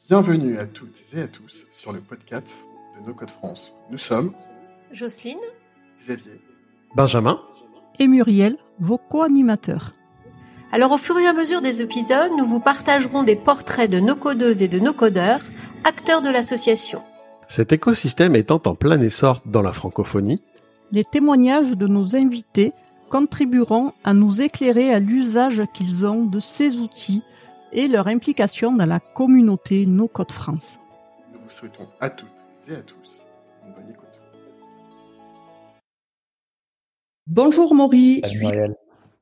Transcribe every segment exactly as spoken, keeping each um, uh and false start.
Bienvenue à toutes et à tous sur le podcast de No Code France. Nous sommes Jocelyne, Xavier, Benjamin et Muriel, vos co-animateurs. Alors au fur et à mesure des épisodes, nous vous partagerons des portraits de nos codeuses et de nos codeurs, acteurs de l'association. Cet écosystème étant en plein essor dans la francophonie, les témoignages de nos invités contribueront à nous éclairer à l'usage qu'ils ont de ces outils et leur implication dans la communauté No Code France. Nous vous souhaitons à toutes et à tous une bonne écoute. Bonjour Maury. Salut Muriel.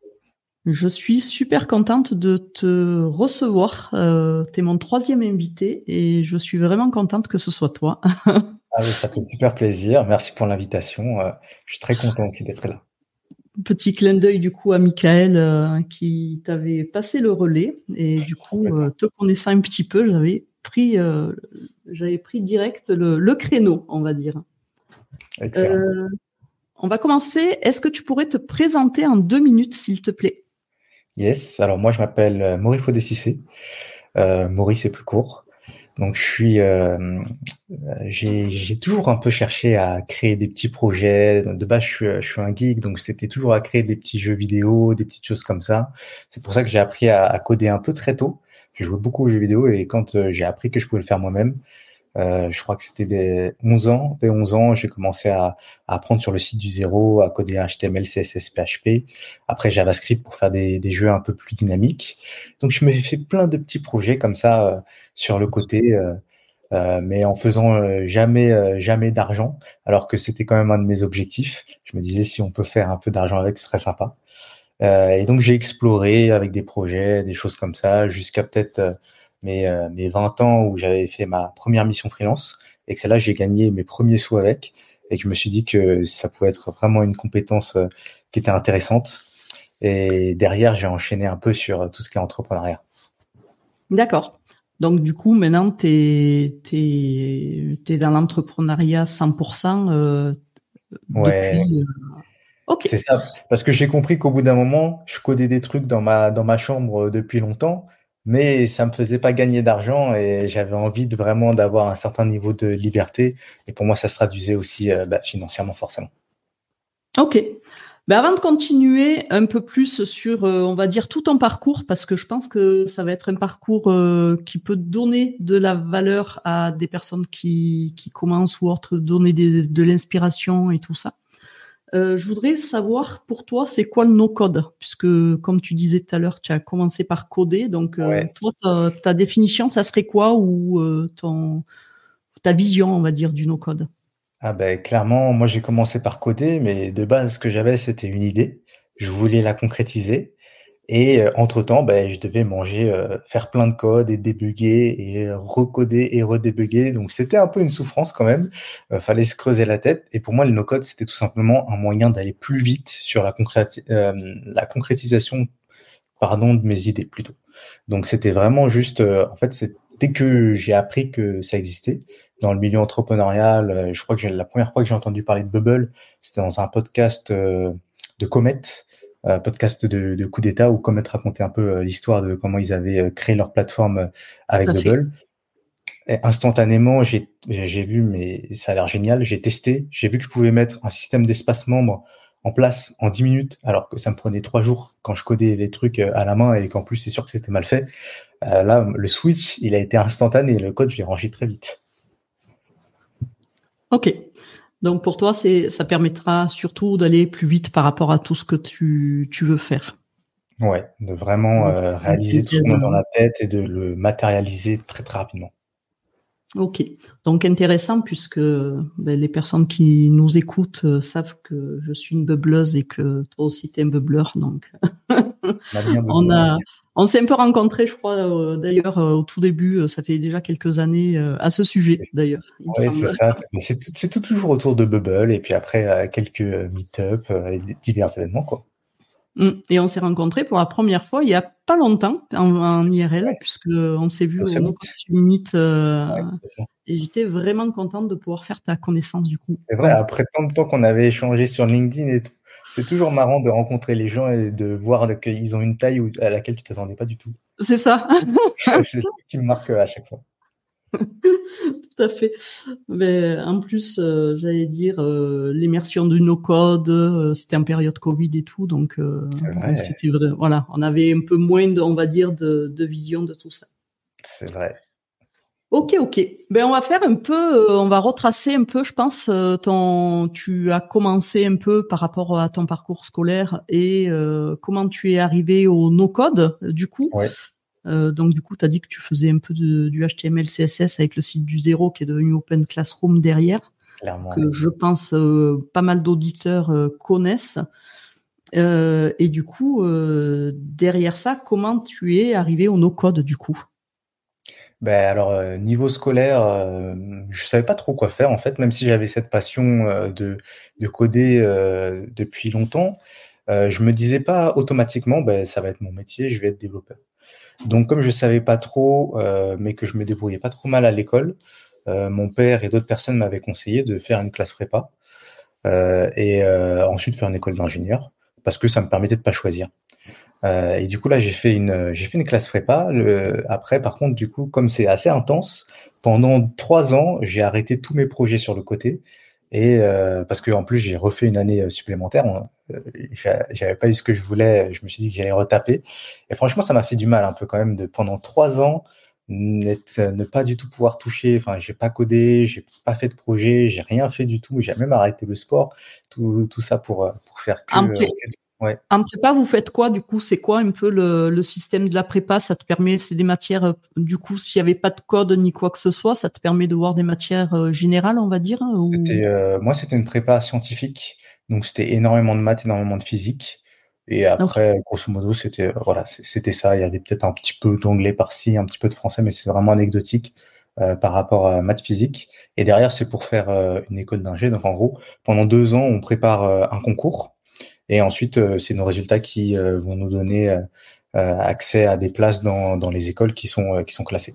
Je suis super contente de te recevoir. Euh, tu es mon troisième invité et je suis vraiment contente que ce soit toi. Ah oui, ça fait super plaisir. Merci pour l'invitation. Euh, je suis très content aussi d'être là. Petit clin d'œil du coup à Michael euh, qui t'avait passé le relais et du coup euh, te connaissant un petit peu, j'avais pris, euh, j'avais pris direct le, le créneau, on va dire. Excellent. Euh, on va commencer. Est-ce que tu pourrais te présenter en deux minutes, s'il te plaît? Yes. Alors moi, je m'appelle Maury Fodé-Cissé. Euh, Maury, c'est plus court. Donc je suis, euh, j'ai, j'ai toujours un peu cherché à créer des petits projets. De base, je suis, je suis un geek, donc c'était toujours à créer des petits jeux vidéo, des petites choses comme ça. C'est pour ça que j'ai appris à, à coder un peu très tôt. J'ai joué beaucoup aux jeux vidéo et quand euh, j'ai appris que je pouvais le faire moi-même, euh, je crois que c'était des onze ans. Dès onze ans, j'ai commencé à, à apprendre sur le site du zéro, à coder H T M L, C S S, P H P. Après JavaScript pour faire des, des jeux un peu plus dynamiques. Donc je me suis fait plein de petits projets comme ça euh, sur le côté. Euh, Euh, mais en faisant euh, jamais euh, jamais d'argent, alors que c'était quand même un de mes objectifs. Je me disais si on peut faire un peu d'argent avec, ce serait sympa. Euh, et donc j'ai exploré avec des projets, des choses comme ça, jusqu'à peut-être euh, mes euh, mes vingt ans où j'avais fait ma première mission freelance et que c'est là que j'ai gagné mes premiers sous avec et que je me suis dit que ça pouvait être vraiment une compétence euh, qui était intéressante. Et derrière, j'ai enchaîné un peu sur tout ce qui est entrepreneuriat. D'accord. Donc, du coup, maintenant, tu es, t'es, t'es dans l'entrepreneuriat cent pour cent euh, Ouais, depuis... Euh... Ok. c'est ça. Parce que j'ai compris qu'au bout d'un moment, je codais des trucs dans ma, dans ma chambre depuis longtemps, mais ça me faisait pas gagner d'argent et j'avais envie de vraiment d'avoir un certain niveau de liberté. Et pour moi, ça se traduisait aussi euh, bah, financièrement, forcément. Ok. Ben avant de continuer un peu plus sur, euh, on va dire, tout ton parcours, parce que je pense que ça va être un parcours euh, qui peut donner de la valeur à des personnes qui, qui commencent ou autres, donner des, de l'inspiration et tout ça. Euh, je voudrais savoir, pour toi, c'est quoi le no-code? Puisque, comme tu disais tout à l'heure, tu as commencé par coder. Donc, euh, Ouais. toi, ta, ta définition, ça serait quoi ou euh, ton, ta vision, on va dire, du no-code? Ah ben clairement, moi j'ai commencé par coder, mais de base, ce que j'avais, c'était une idée. Je voulais la concrétiser. Et euh, entre-temps, ben, je devais manger, euh, faire plein de code et débugger et euh, recoder et redébugger. Donc c'était un peu une souffrance quand même. Euh, fallait se creuser la tête. Et pour moi, le no-code, c'était tout simplement un moyen d'aller plus vite sur la, concréti- euh, la concrétisation, pardon, de mes idées plutôt. Donc c'était vraiment juste, euh, en fait, c'est dès que j'ai appris que ça existait dans le milieu entrepreneurial, euh, je crois que j'ai, la première fois que j'ai entendu parler de Bubble, c'était dans un podcast euh, de Comet, euh, podcast de, de coup d'État où Comet racontait un peu euh, l'histoire de comment ils avaient euh, créé leur plateforme euh, avec Tout à fait. Bubble. Et instantanément, j'ai, j'ai vu, mais ça a l'air génial, j'ai testé, j'ai vu que je pouvais mettre un système d'espace membre en place en dix minutes, alors que ça me prenait trois jours quand je codais les trucs à la main et qu'en plus c'est sûr que c'était mal fait. Euh, là, le switch, il a été instantané, le code, je l'ai rangé très vite. Ok. Donc pour toi, c'est, ça permettra surtout d'aller plus vite par rapport à tout ce que tu, tu veux faire. Ouais, de vraiment Donc, euh, réaliser tout ce qu'on a dans la tête et de le matérialiser très très rapidement. Ok, donc intéressant puisque ben, les personnes qui nous écoutent euh, savent que je suis une bubbleuse et que toi aussi t'es un bubbleur, donc On a bien on besoin, a, on s'est un peu rencontrés, je crois, euh, d'ailleurs euh, au tout début, euh, ça fait déjà quelques années euh, à ce sujet, d'ailleurs, il me Oui, semble. c'est ça. C'est, c'est, tout, c'est tout toujours autour de Bubble et puis après euh, quelques euh, meet-up euh, et divers événements quoi. Et on s'est rencontrés pour la première fois il y a pas longtemps en, en I R L, Ouais. puisque on s'est vu Sur au ce No meet. Code Summit euh, Ouais, complètement. et j'étais vraiment contente de pouvoir faire ta connaissance du coup. C'est vrai, Donc, après tant de temps qu'on avait échangé sur LinkedIn et tout, c'est toujours marrant de rencontrer les gens et de voir qu'ils ont une taille où- à laquelle tu t'attendais pas du tout. c'est ça. C'est ce qui me marque à chaque fois. Tout à fait. Mais en plus, euh, j'allais dire, euh, l'immersion du no-code, euh, c'était en période Covid et tout, donc, euh, donc c'était vrai. Voilà, on avait un peu moins, de, on va dire, de, de vision de tout ça. C'est vrai. Ok, ok. Ben on va faire un peu, euh, on va retracer un peu, je pense, euh, ton, tu as commencé un peu par rapport à ton parcours scolaire et euh, comment tu es arrivé au no-code, du coup. Ouais. Euh, donc du coup, tu as dit que tu faisais un peu de, du H T M L, C S S avec le site du Zéro qui est devenu Open Classroom derrière, Clairement. que je pense euh, pas mal d'auditeurs euh, connaissent. Euh, et du coup, euh, derrière ça, comment tu es arrivé au no-code du coup? Ben alors euh, niveau scolaire, euh, je savais pas trop quoi faire en fait, même si j'avais cette passion euh, de de coder euh, depuis longtemps, euh, je me disais pas automatiquement ben ça va être mon métier, je vais être développeur. Donc comme je savais pas trop, euh, mais que je me débrouillais pas trop mal à l'école, euh, mon père et d'autres personnes m'avaient conseillé de faire une classe prépa euh, et euh, ensuite faire une école d'ingénieur parce que ça me permettait de pas choisir. Euh, et du coup là j'ai fait une j'ai fait une classe prépa. Le, après par contre du coup comme c'est assez intense, pendant trois ans j'ai arrêté tous mes projets sur le côté et euh, parce que en plus j'ai refait une année supplémentaire. Euh, j'avais pas eu ce que je voulais, je me suis dit que j'allais retaper et franchement ça m'a fait du mal un peu quand même de pendant trois ans ne pas du tout pouvoir toucher. Enfin j'ai pas codé, j'ai pas fait de projet, j'ai rien fait du tout, j'ai même arrêté le sport, tout tout ça pour pour faire que En, pré- ouais. en prépa, vous faites quoi du coup? C'est quoi un peu le, le système de la prépa? Ça te permet, c'est des matières, euh, du coup, s'il y avait pas de code ni quoi que ce soit, ça te permet de voir des matières euh, générales, on va dire, ou... C'était, euh, moi, c'était une prépa scientifique, donc c'était énormément de maths, énormément de physique. Et Okay. après, grosso modo, c'était euh, voilà, c- c'était ça. Il y avait peut-être un petit peu d'anglais par-ci, un petit peu de français, mais c'est vraiment anecdotique euh, par rapport à maths physique. Et derrière, c'est pour faire euh, une école d'ingé. Donc en gros, pendant deux ans, on prépare euh, un concours, et ensuite, euh, c'est nos résultats qui euh, vont nous donner euh, euh, accès à des places dans dans les écoles qui sont euh, qui sont classées.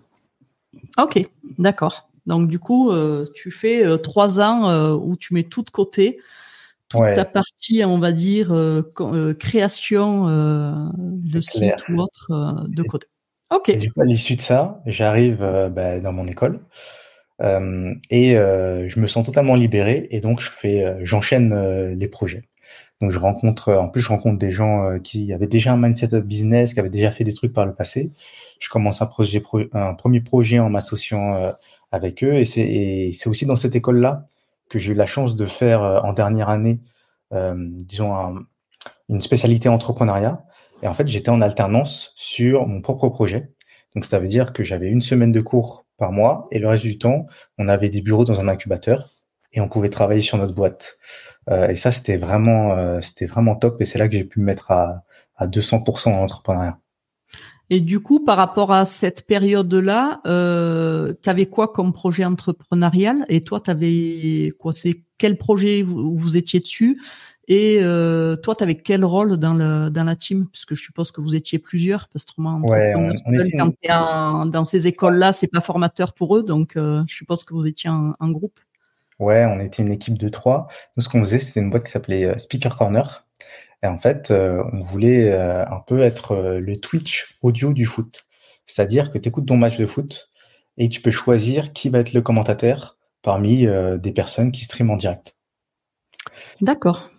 Ok, d'accord. Donc du coup, euh, tu fais euh, trois ans euh, où tu mets tout de côté, toute ta Ouais, partie, on va dire, euh, co- euh, création euh, de c'est clair. site ou autre euh, de Et, côté. Ok, et du coup, à l'issue de ça, j'arrive euh, bah, dans mon école. Euh, et euh, je me sens totalement libéré et donc je fais, euh, j'enchaîne euh, les projets. Donc je rencontre, en plus je rencontre des gens euh, qui avaient déjà un mindset business, qui avaient déjà fait des trucs par le passé. Je commence un projet, pro- un premier projet en m'associant euh, avec eux et c'est, et c'est aussi dans cette école-là que j'ai eu la chance de faire euh, en dernière année, euh, disons un- une spécialité entrepreneuriat. Et en fait j'étais en alternance sur mon propre projet. Donc ça veut dire que j'avais une semaine de cours par mois et le reste du temps, on avait des bureaux dans un incubateur et on pouvait travailler sur notre boîte. Euh, et ça, c'était vraiment, euh, c'était vraiment top et c'est là que j'ai pu me mettre à, à deux cents pour cent en entrepreneuriat. et du coup, par rapport à cette période-là, euh, tu avais quoi comme projet entrepreneurial? Et toi, tu avais quoi? C'est quel projet vous, vous étiez dessus? Et euh, toi, tu avais quel rôle dans le dans la team? Puisque je suppose que vous étiez plusieurs, parce que autrement, Ouais, entrepreneurs on, on seuls, était quand une, t'es en, dans ces ça. écoles-là, c'est pas formateur pour eux. Donc, euh, je suppose que vous étiez un, un groupe. Ouais, on était une équipe de trois. Nous, ce qu'on faisait, c'était une boîte qui s'appelait euh, Speaker Corner. Et en fait, euh, on voulait euh, un peu être euh, le Twitch audio du foot. C'est-à-dire que tu écoutes ton match de foot et tu peux choisir qui va être le commentateur parmi euh, des personnes qui streament en direct. D'accord.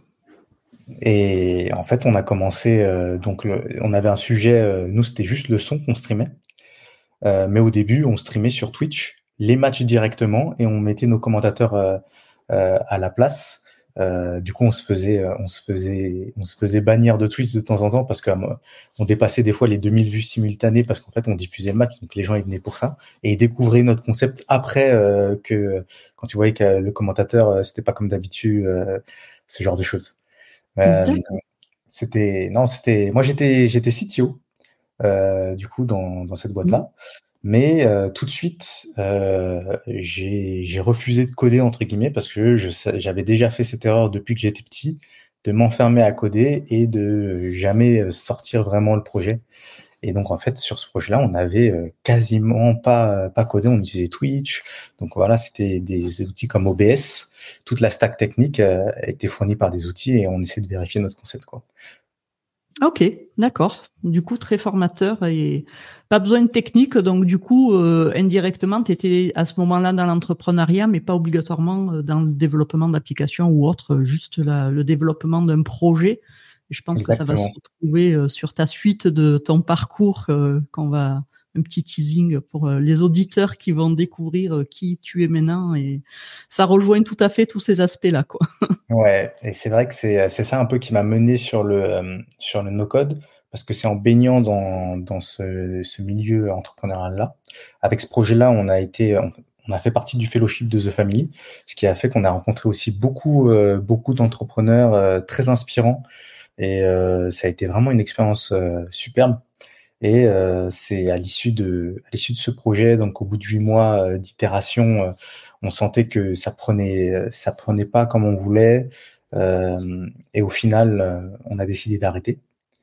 Et en fait, on a commencé, euh, donc le- on avait un sujet, euh, nous c'était juste le son qu'on streamait, euh, mais au début on streamait sur Twitch les matchs directement et on mettait nos commentateurs euh, euh, à la place. Euh, du coup, on se faisait, euh, on se faisait, on se faisait bannir de Twitch de temps en temps parce qu'on on dépassait des fois les deux mille vues simultanées parce qu'en fait on diffusait le match, donc les gens ils venaient pour ça et ils découvraient notre concept après euh, que quand tu voyais que le commentateur euh, c'était pas comme d'habitude, euh, ce genre de choses. Euh, D'accord. c'était non, c'était moi j'étais j'étais C T O euh, du coup dans dans cette boîte Mhm. là, mais euh, tout de suite euh, j'ai j'ai refusé de coder entre guillemets parce que je sa- j'avais déjà fait cette erreur depuis que j'étais petit de m'enfermer à coder et de jamais euh, sortir vraiment le projet. Et donc en fait sur ce projet-là on avait euh, quasiment pas pas codé, on utilisait Twitch, donc voilà c'était des outils comme O B S, toute la stack technique euh, était fournie par des outils et on essayait de vérifier notre concept quoi. Ok, d'accord. Du coup, très formateur et pas besoin de technique. Donc, du coup, euh, indirectement, tu étais à ce moment-là dans l'entrepreneuriat, mais pas obligatoirement euh, dans le développement d'applications ou autre, euh, juste la, le développement d'un projet. Et je pense que ça va se Exactement. retrouver euh, sur ta suite de ton parcours, euh, qu'on va un petit teasing pour euh, les auditeurs qui vont découvrir euh, qui tu es maintenant. Et ça rejoint tout à fait tous ces aspects-là, quoi. Ouais, et c'est vrai que c'est c'est ça un peu qui m'a mené sur le euh, sur le no-code parce que c'est en baignant dans dans ce ce milieu entrepreneurial-là. Avec ce projet-là, on a été on, on a fait partie du fellowship de The Family, ce qui a fait qu'on a rencontré aussi beaucoup euh, beaucoup d'entrepreneurs euh, très inspirants et euh, ça a été vraiment une expérience euh, superbe. Et euh, c'est à l'issue de à l'issue de ce projet, donc au bout de huit mois euh, d'itération, euh, on sentait que ça prenait ça prenait pas comme on voulait, euh, et au final, euh, on a décidé d'arrêter.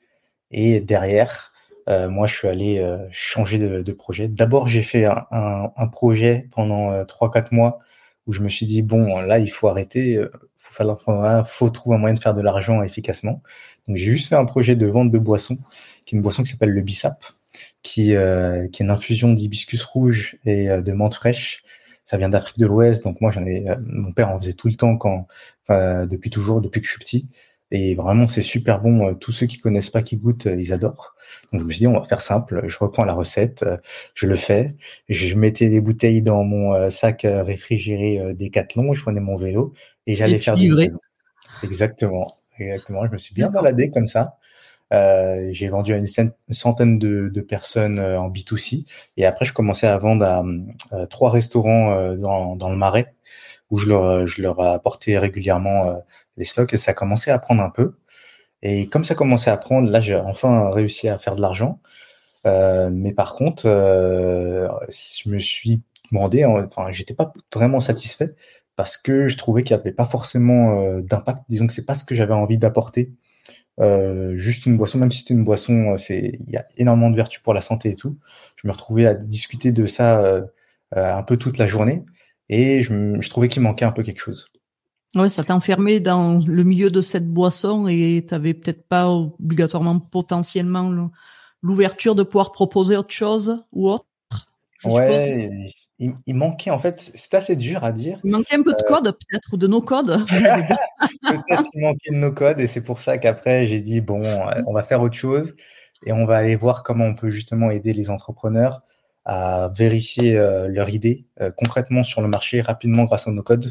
Et derrière, euh, moi, je suis allé euh, changer de, de projet. D'abord, j'ai fait un, un, un projet pendant euh, trois quatre mois où je me suis dit bon, là, il faut arrêter, euh, faut faire l'entrepreneuriat, faut trouver un moyen de faire de l'argent efficacement. Donc, j'ai juste fait un projet de vente de boissons, qui est une boisson qui s'appelle le Bissap, qui, euh, qui est une infusion d'hibiscus rouge et euh, de menthe fraîche. Ça vient d'Afrique de l'Ouest, donc moi j'en ai, euh, mon père en faisait tout le temps quand, enfin, depuis toujours, depuis que je suis petit. Et vraiment c'est super bon. Euh, tous ceux qui connaissent pas, qui goûtent, euh, ils adorent. Donc je me suis dit on va faire simple. Je reprends la recette, euh, je le fais. Je mettais des bouteilles dans mon euh, sac euh, réfrigéré euh, Décathlon. Je prenais mon vélo et Et j'allais tu faire des livrais. livraisons. Exactement, exactement. Je me suis bien D'accord. baladé comme ça. Euh, j'ai vendu à une centaine de, de personnes euh, en B deux C et après je commençais à vendre à, à trois restaurants euh, dans, dans le Marais où je leur, je leur apportais régulièrement euh, les stocks et ça commençait à prendre un peu. Et comme ça commençait à prendre, là j'ai enfin réussi à faire de l'argent. Euh, mais par contre, euh, je me suis demandé, enfin j'étais pas vraiment satisfait parce que je trouvais qu'il n'y avait pas forcément euh, d'impact. Disons que c'est pas ce que j'avais envie d'apporter. Euh, juste une boisson, même si c'était une boisson, c'est il y a énormément de vertus pour la santé et tout. Je me retrouvais à discuter de ça euh, euh, un peu toute la journée et je, je trouvais qu'il manquait un peu quelque chose. Ouais, ça t'enfermait dans le milieu de cette boisson et t'avais peut-être pas obligatoirement potentiellement l'ouverture de pouvoir proposer autre chose ou autre, je suppose. Ouais, il, il manquait en fait, c'est assez dur à dire. Il manquait un peu de Euh, code peut-être ou de nos codes. Peut-être qu'il manquait de nos codes et c'est pour ça qu'après j'ai dit bon, euh, on va faire autre chose et on va aller voir comment on peut justement aider les entrepreneurs à vérifier euh, leur idée euh, concrètement sur le marché rapidement grâce à nos codes.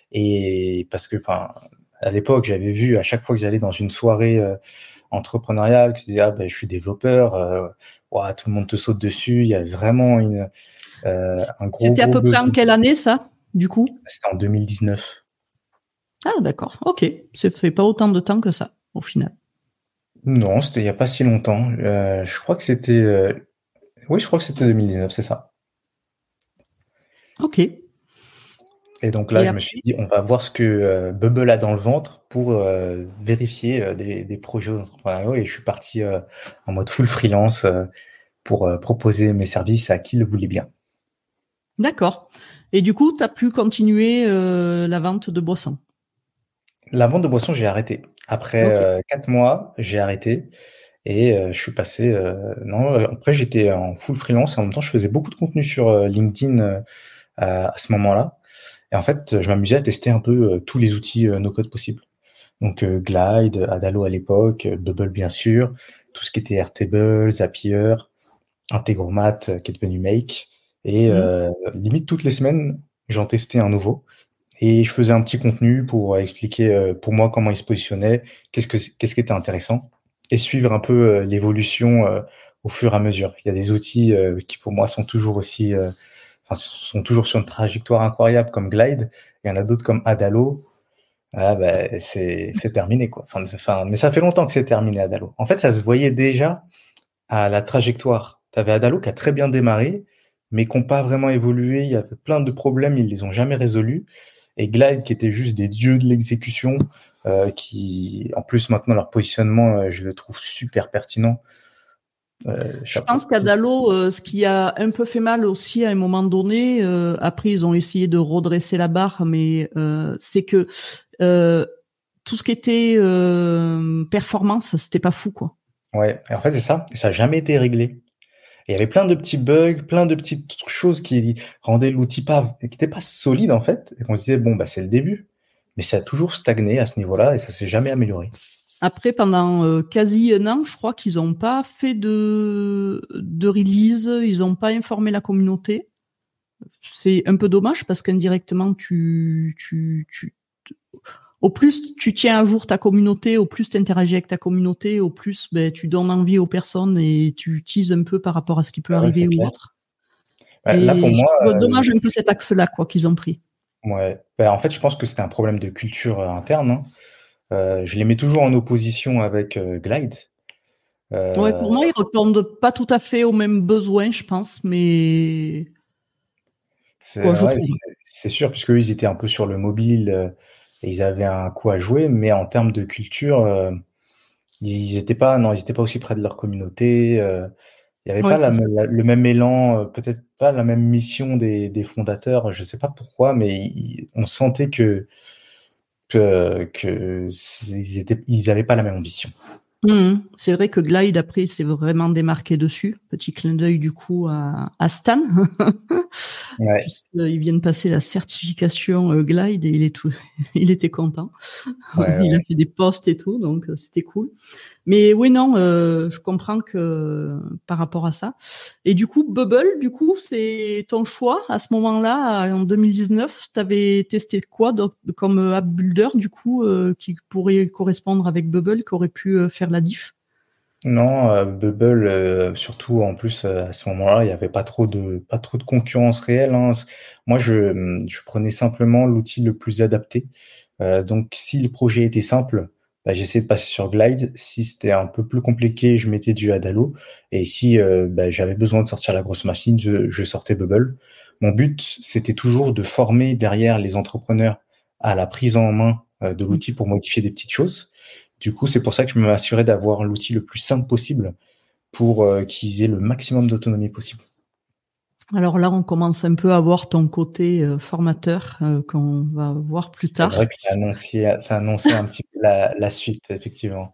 Et parce que, enfin, à l'époque, j'avais vu à chaque fois que j'allais dans une soirée euh, entrepreneuriale, que je disais ah ben je suis développeur, euh, ouah, tout le monde te saute dessus. Il y avait vraiment une euh, un gros C'était à gros peu près en besoin. quelle année ça, du coup? C'était en deux mille dix-neuf. Ah d'accord, ok. Ça fait pas autant de temps que ça, au final. Non, c'était il y a pas si longtemps. Euh, je crois que c'était, euh, oui, je crois que c'était deux mille dix-neuf, c'est ça. Ok. Et Et donc là, je me suis après? dit, on va voir ce que euh, Bubble a dans le ventre pour euh, vérifier euh, des, des projets entrepreneuriaux. Et je suis parti euh, en mode full freelance euh, pour euh, proposer mes services à qui le voulait bien. D'accord. Et du coup, tu as pu continuer euh, la vente de boissons. La vente de boissons, j'ai arrêté. Après Ok. euh, quatre mois, j'ai arrêté et euh, je suis passé. Euh, non, euh, après j'étais en full freelance et en même temps, je faisais beaucoup de contenu sur euh, LinkedIn euh, à, à ce moment-là. Et en fait, je m'amusais à tester un peu euh, tous les outils euh, no-code possibles. Donc euh, Glide, Adalo à l'époque, euh, Bubble bien sûr, tout ce qui était Airtable, Zapier, Integromat euh, qui est devenu Make. Et Mmh. euh, limite toutes les semaines, j'en testais un nouveau. Et je faisais un petit contenu pour euh, expliquer euh, pour moi comment il se positionnait, qu'est-ce que qu'est-ce qui était intéressant, et suivre un peu euh, l'évolution euh, au fur et à mesure. Il y a des outils euh, qui pour moi sont toujours aussi, euh, enfin sont toujours sur une trajectoire incroyable comme Glide. Il y en a d'autres comme Adalo. Ah ben c'est c'est terminé quoi. Enfin, enfin, mais ça fait longtemps que c'est terminé Adalo. En fait, ça se voyait déjà à la trajectoire. T'avais Adalo qui a très bien démarré, mais qui n'ont pas vraiment évolué. Il y avait plein de problèmes, ils les ont jamais résolus. Et Glide qui était juste des dieux de l'exécution, euh, qui en plus maintenant leur positionnement, euh, je le trouve super pertinent. Euh, Je pense chapeau. qu'à Dalo, euh, ce qui a un peu fait mal aussi à un moment donné, euh, après ils ont essayé de redresser la barre, mais euh, c'est que euh, tout ce qui était euh, performance, c'était pas fou quoi. Ouais, et en fait, c'est ça. Et ça n'a jamais été réglé. Et il y avait plein de petits bugs, plein de petites choses qui rendaient l'outil pas, qui n'étaient pas solide, en fait. Et qu'on se disait, bon, bah, c'est le début. Mais ça a toujours stagné à ce niveau-là et ça s'est jamais amélioré. Après, pendant euh, quasi un an, je crois qu'ils n'ont pas fait de, de release, ils n'ont pas informé la communauté. C'est un peu dommage parce qu'indirectement, tu, tu, tu, au plus tu tiens à jour ta communauté, au plus tu interagis avec ta communauté, au plus ben, tu donnes envie aux personnes et tu teases un peu par rapport à ce qui peut Ah ouais, arriver c'est ou clair. autre. Bah, Et là, pour je moi, trouve euh, dommage un peu cet axe-là quoi qu'ils ont pris. ouais. Bah, en fait, je pense que c'était un problème de culture euh, interne, hein. Euh, je les mets toujours en opposition avec euh, Glide. Ouais, Euh, pour moi, ils répondent pas tout à fait aux mêmes besoins, je pense, mais c'est quoi, je ouais, trouve. c'est c'est sûr, puisque eux, ils étaient un peu sur le mobile euh, et ils avaient un coup à jouer, mais en termes de culture, euh, ils étaient pas, non, ils étaient pas aussi près de leur communauté. euh, Il y avait Ouais, pas la, c'est ça. la- le même élan, euh, peut-être pas la même mission des, des fondateurs. Je sais pas pourquoi, mais ils- on sentait que que, que c'est- ils étaient, ils avaient pas la même ambition. Mhm. C'est vrai que Glide, après, s'est vraiment démarqué dessus. Petit clin d'œil, du coup, à, à Stan, Ouais, puisqu'il vient de passer la certification euh, Glide et il, est tout... il était content. ouais, Il a ouais. fait des posts et tout, donc euh, c'était cool. Mais oui, non, euh, je comprends que euh, par rapport à ça. Et du coup, Bubble, du coup, c'est ton choix à ce moment-là, en deux mille dix-neuf. Tu avais testé quoi donc, comme euh, app builder, du coup, euh, qui pourrait correspondre avec Bubble, qui aurait pu euh, faire la diff? Non, euh, Bubble, euh, surtout en plus euh, à ce moment-là, il y avait pas trop de pas trop de concurrence réelle, hein. Moi, je je prenais simplement l'outil le plus adapté. Euh, donc, si le projet était simple, bah, j'essayais de passer sur Glide. Si c'était un peu plus compliqué, je mettais du Adalo. Et si euh, bah, j'avais besoin de sortir la grosse machine, je, je sortais Bubble. Mon but, c'était toujours de former derrière les entrepreneurs à la prise en main euh, de l'outil pour modifier des petites choses. Du coup, c'est pour ça que je m'assurais d'avoir l'outil le plus simple possible pour euh, qu'ils aient le maximum d'autonomie possible. Alors là, on commence un peu à voir ton côté euh, formateur euh, qu'on va voir plus C'est tard. vrai que ça annonçait, ça annonçait un petit peu la, la suite, effectivement.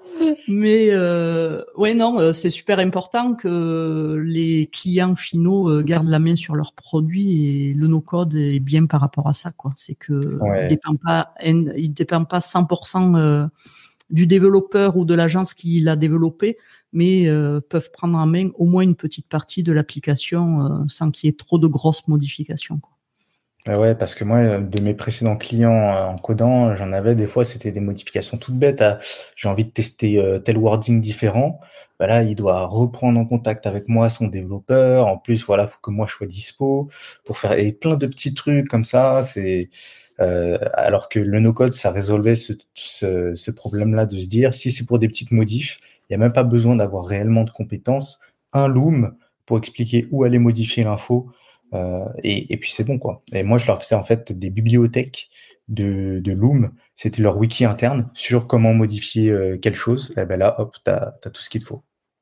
Mais euh, ouais, non, euh, c'est super important que les clients finaux euh, gardent la main sur leurs produits et le no-code est bien par rapport à ça, quoi. C'est que il Ouais. dépend pas, il dépend pas cent pour cent euh, du développeur ou de l'agence qui l'a développé, mais euh, peuvent prendre en main au moins une petite partie de l'application euh, sans qu'il y ait trop de grosses modifications, quoi. Ah ouais, parce que moi, euh, de mes précédents clients euh, en codant, j'en avais des fois, c'était des modifications toutes bêtes. à- J'ai envie de tester euh, tel wording différent. Bah là, il doit reprendre en contact avec moi, son développeur. En plus, voilà, faut que moi je sois dispo pour faire et plein de petits trucs comme ça. C'est euh, alors que le no-code, ça résolvait ce, ce, ce problème-là de se dire si c'est pour des petites modifs, il n'y a même pas besoin d'avoir réellement de compétences. Un Loom pour expliquer où aller modifier l'info. Euh, et, et puis c'est bon quoi. Et moi je leur faisais en fait des bibliothèques de, de Loom, c'était leur wiki interne sur comment modifier euh, quelque chose. Et ben là hop, t'as t'as tout ce qu'il te faut.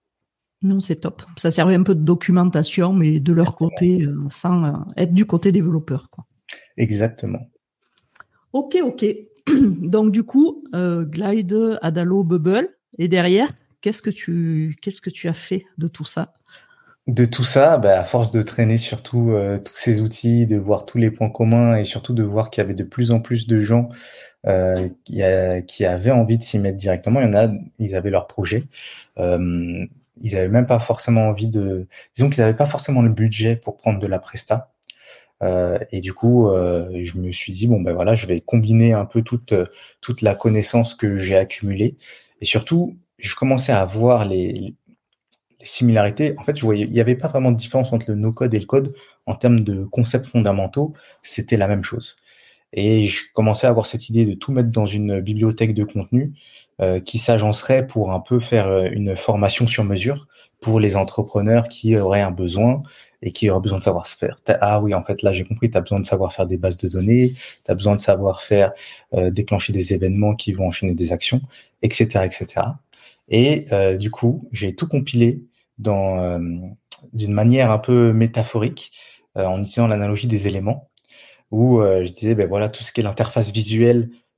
Non, c'est top. Ça servait un peu de documentation, mais de leur côté, euh, sans euh, être du côté développeur, quoi. Exactement. Ok, ok. Donc du coup, euh, Glide, Adalo, Bubble, et derrière, qu'est-ce que tu, qu'est-ce que tu as fait de tout ça? De tout ça, bah, à force de traîner surtout euh, tous ces outils, de voir tous les points communs et surtout de voir qu'il y avait de plus en plus de gens euh, qui, a- qui avaient envie de s'y mettre directement. Il y en a, ils avaient leur projet. Euh, ils avaient même pas forcément envie de... Disons qu'ils n'avaient pas forcément le budget pour prendre de la presta. Euh, et du coup, euh, je me suis dit, bon, ben voilà, je vais combiner un peu toute, toute la connaissance que j'ai accumulée. Et surtout, je commençais à voir les, les similarités. En fait, je voyais, il n'y avait pas vraiment de différence entre le no-code et le code. En termes de concepts fondamentaux, c'était la même chose. Et je commençais à avoir cette idée de tout mettre dans une bibliothèque de contenu euh, qui s'agencerait pour un peu faire une formation sur mesure pour les entrepreneurs qui auraient un besoin et qui auraient besoin de savoir se faire. Ah oui, en fait, là, j'ai compris, tu as besoin de savoir faire des bases de données, tu as besoin de savoir faire euh, déclencher des événements qui vont enchaîner des actions, et cetera, et cetera. Et euh, du coup, j'ai tout compilé dans euh, d'une manière un peu métaphorique euh, en utilisant l'analogie des éléments où euh, je disais, ben voilà, tout ce qui est l'interface visuelle,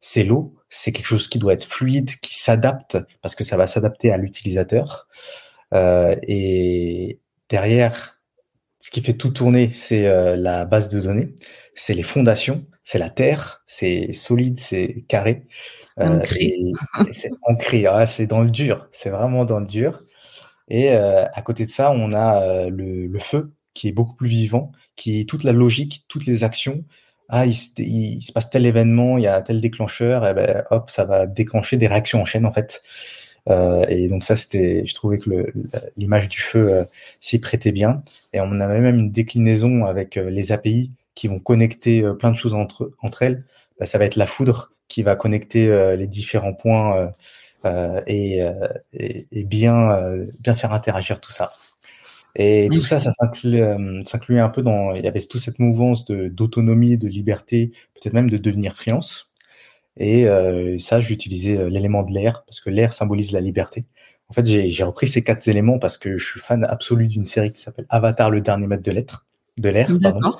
c'est l'eau. C'est quelque chose qui doit être fluide, qui s'adapte, parce que ça va s'adapter à l'utilisateur. Euh, et derrière, ce qui fait tout tourner, c'est euh, la base de données, c'est les fondations, c'est la terre, c'est solide, c'est carré. Euh, Ancré. et, et c'est ancré, ah, c'est dans le dur, c'est vraiment dans le dur. Et euh, à côté de ça, on a euh, le, le feu qui est beaucoup plus vivant, qui est toute la logique, toutes les actions. Ah, il, se- il se passe tel événement, il y a tel déclencheur, et ben hop, ça va déclencher des réactions en chaîne en fait. Euh, et donc ça, c'était, je trouvais que le, l'image du feu euh, s'y prêtait bien. Et on avait même une déclinaison avec euh, les A P I qui vont connecter euh, plein de choses entre entre elles. Bah, ça va être la foudre qui va connecter euh, les différents points euh, euh, et, euh, et, et bien euh, bien faire interagir tout ça. Et tout ça, ça s'inclut, euh, s'incluait un peu dans, il y avait toute cette mouvance de d'autonomie, de liberté, peut-être même de devenir freelance. Et euh, ça, j'utilisais euh, l'élément de l'air parce que l'air symbolise la liberté. En fait, j'ai, j'ai repris ces quatre éléments parce que je suis fan absolu d'une série qui s'appelle Avatar, le dernier maître de l'être, de l'air, pardon. D'accord.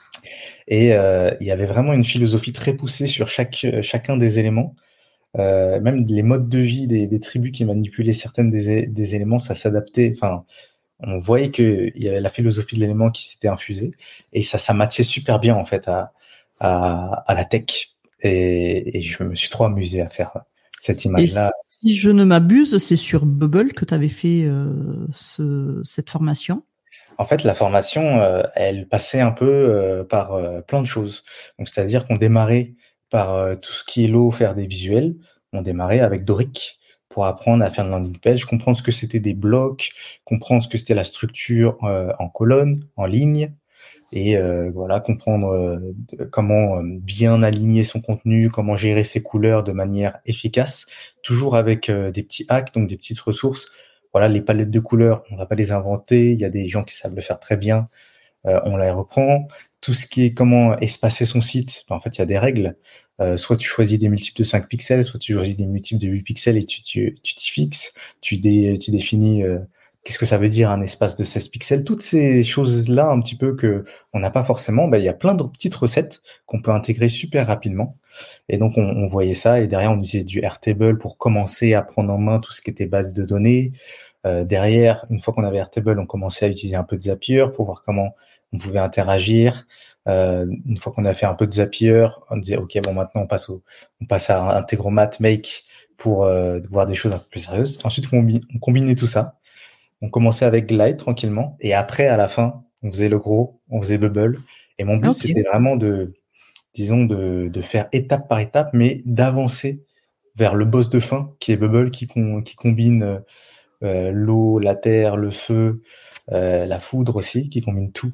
Et euh, il y avait vraiment une philosophie très poussée sur chaque chacun des éléments. Euh, même les modes de vie des, des tribus qui manipulaient certaines des, des éléments, ça s'adaptait. Enfin, on voyait que il y avait la philosophie de l'élément qui s'était infusée et ça, ça matchait super bien en fait à à, à la tech. Et, et je me suis trop amusé à faire cette Et image-là. si je ne m'abuse, c'est sur Bubble que tu avais fait euh, ce, cette formation. En fait, la formation, euh, elle passait un peu euh, par euh, plein de choses. Donc, c'est-à-dire qu'on démarrait par euh, tout ce qui est l'eau, faire des visuels. On démarrait avec Doric pour apprendre à faire une landing page, comprendre ce que c'était des blocs, comprendre ce que c'était la structure euh, en colonne, en ligne, et euh, voilà, comprendre euh, comment bien aligner son contenu, comment gérer ses couleurs de manière efficace, toujours avec euh, des petits hacks, donc des petites ressources. Voilà, les palettes de couleurs, on va pas les inventer, il y a des gens qui savent le faire très bien, euh, on les reprend. Tout ce qui est comment espacer son site, ben, en fait, il y a des règles. Euh, soit tu choisis des multiples de cinq pixels, soit tu choisis des multiples de huit pixels et tu tu tu t'y fixes. Tu dé, tu définis euh, qu'est-ce que ça veut dire un espace de seize pixels. Toutes ces choses-là, un petit peu que on n'a pas forcément. Ben, il y a plein de petites recettes qu'on peut intégrer super rapidement. Et donc on, on voyait ça et derrière on utilisait du Airtable pour commencer à prendre en main tout ce qui était base de données. Euh, derrière, une fois qu'on avait Airtable, on commençait à utiliser un peu de Zapier pour voir comment on pouvait interagir. Euh, une fois qu'on a fait un peu de Zapier, on disait ok, bon, maintenant on passe au, on passe à Integromat, Make pour euh, voir des choses un peu plus sérieuses. Ensuite, on, on combinait tout ça. On commençait avec Glide tranquillement et après, à la fin, on faisait le gros, on faisait Bubble. Et mon but, Okay. c'était vraiment de, disons, de, de faire étape par étape, mais d'avancer vers le boss de fin qui est Bubble, qui, con, qui combine euh, l'eau, la terre, le feu, euh, la foudre aussi, qui combine tout.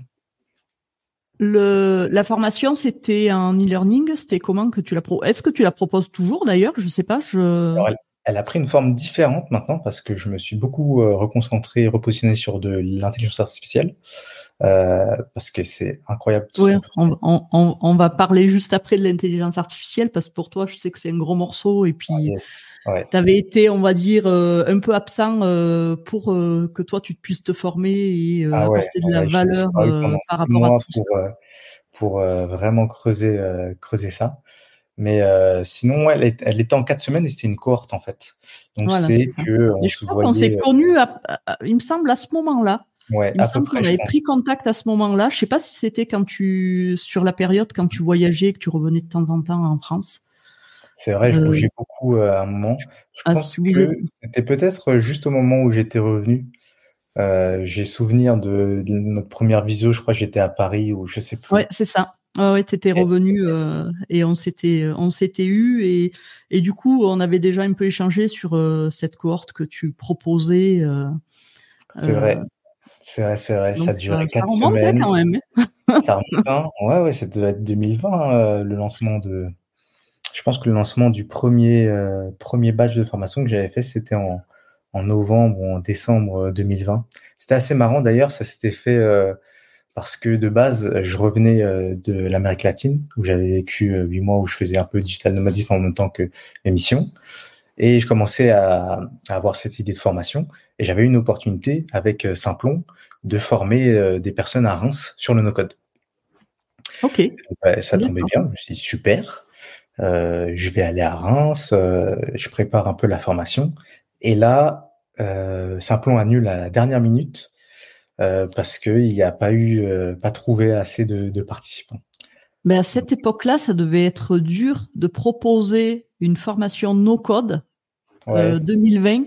Le, la formation, c'était en e-learning. C'était comment que tu la pro Est-ce que tu la proposes toujours d'ailleurs? Je sais pas. Je. Alors, elle, elle a pris une forme différente maintenant parce que je me suis beaucoup euh, reconcentré, repositionné sur de l'intelligence artificielle euh, parce que c'est incroyable. Tout Oui, ce qu'on peut on, on, on va parler juste après de l'intelligence artificielle parce que pour toi, je sais que c'est un gros morceau et puis faire. Yes. Ouais. tu avais été, on va dire, euh, un peu absent euh, pour euh, que toi, tu puisses te former et euh, Ah ouais, apporter de ouais, la je valeur suis euh, pendant par six rapport à mois tout pour ça. euh, pour euh, vraiment creuser euh, creuser ça. Mais euh, sinon, ouais, elle, est, elle était en quatre semaines et c'était une cohorte en fait. Donc Voilà, c'est c'est ça. que on Et je se crois qu'on s'est voyait. connus, à, à, à, il me semble, à ce moment-là. Ouais, Il me à peu semble qu'on près, je avait pense. pris contact à ce moment-là. Je sais pas si c'était quand tu, sur la période quand tu voyageais, que tu revenais de temps en temps en France. C'est vrai, je Euh, bougeais beaucoup euh, à un moment. Je à pense se bouger. que c'était peut-être juste au moment où j'étais revenu. Euh, j'ai souvenir de, de notre première visio, je crois que j'étais à Paris ou je sais plus. Ouais, c'est ça. Ah ouais, t'étais revenu euh, et on s'était, on s'était eu et et du coup, on avait déjà un peu échangé sur euh, cette cohorte que tu proposais. Euh, C'est euh, vrai, c'est vrai, c'est vrai. Ça donc durait ça, ça quatre remonte hein, semaines. quand même. Ça remonte, hein. Ouais, ouais, ça devait être deux mille vingt, euh, le lancement de. Je pense que le lancement du premier euh, premier batch de formation que j'avais fait, c'était en en novembre ou en décembre deux mille vingt. C'était assez marrant d'ailleurs, ça s'était fait euh, parce que de base, je revenais euh, de l'Amérique latine où j'avais vécu euh, huit mois où je faisais un peu digital nomadisme en même temps que émission. Et je commençais à, à avoir cette idée de formation. Et j'avais une opportunité avec euh, Simplon de former euh, des personnes à Reims sur le no-code. Ok. Ouais, ça tombait D'accord. bien. Je me suis dit super. Euh, je vais aller à Reims, euh, je prépare un peu la formation. Et là, euh, Simplon annule à la dernière minute euh, parce qu'il n'y a pas eu, euh, pas trouvé assez de, de participants. Ben à cette époque-là, ça devait être dur de proposer une formation no-code Ouais. euh, deux mille vingt,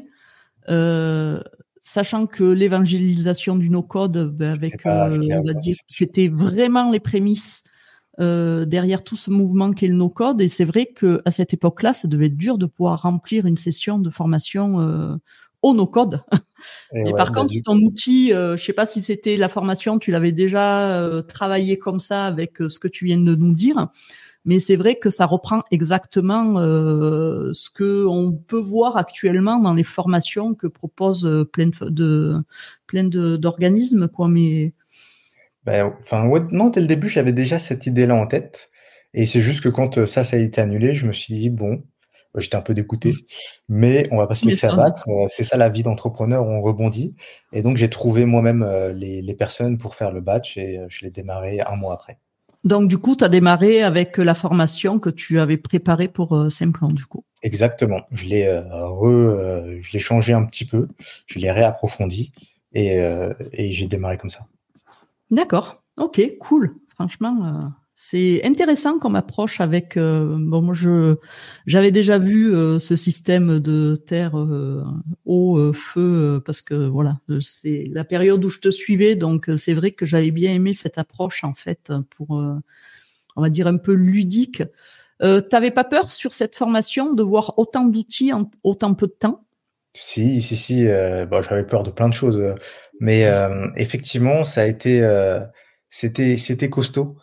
euh, sachant que l'évangélisation du no-code, ben avec, pas euh, on va dire, c'était vraiment les prémices euh, derrière tout ce mouvement qu'est le no-code. Et c'est vrai que à cette époque-là, ça devait être dur de pouvoir remplir une session de formation euh, au no-code. Et, et ouais, par bah contre, du... ton outil, euh, je sais pas si c'était la formation, tu l'avais déjà euh, travaillé comme ça avec euh, ce que tu viens de nous dire, mais c'est vrai que ça reprend exactement euh, ce que on peut voir actuellement dans les formations que proposent euh, plein de, de plein de, d'organismes, quoi. Mais ben, enfin, ouais, non, dès le début, j'avais déjà cette idée-là en tête, et c'est juste que quand ça, ça a été annulé, je me suis dit bon. J'étais un peu dégoûté, mais on va pas se laisser abattre. C'est ça la vie d'entrepreneur, on rebondit. Et donc j'ai trouvé moi-même les, les personnes pour faire le batch et je l'ai démarré un mois après. Donc du coup, tu as démarré avec la formation que tu avais préparée pour Simplon, du coup. Exactement. Je l'ai euh, re, euh, je l'ai changé un petit peu, je l'ai réapprofondi et, euh, et j'ai démarré comme ça. D'accord. Ok, cool. Franchement. Euh... C'est intéressant comme approche avec euh, bon moi je j'avais déjà vu euh, ce système de terre euh, eau euh, feu euh, parce que voilà c'est la période où je te suivais, donc c'est vrai que j'avais bien aimé cette approche en fait pour euh, on va dire un peu ludique. Euh, t'avais pas peur sur cette formation de voir autant d'outils en autant peu de temps? Si si si euh, bon, j'avais peur de plein de choses mais euh, effectivement ça a été euh, c'était c'était costaud.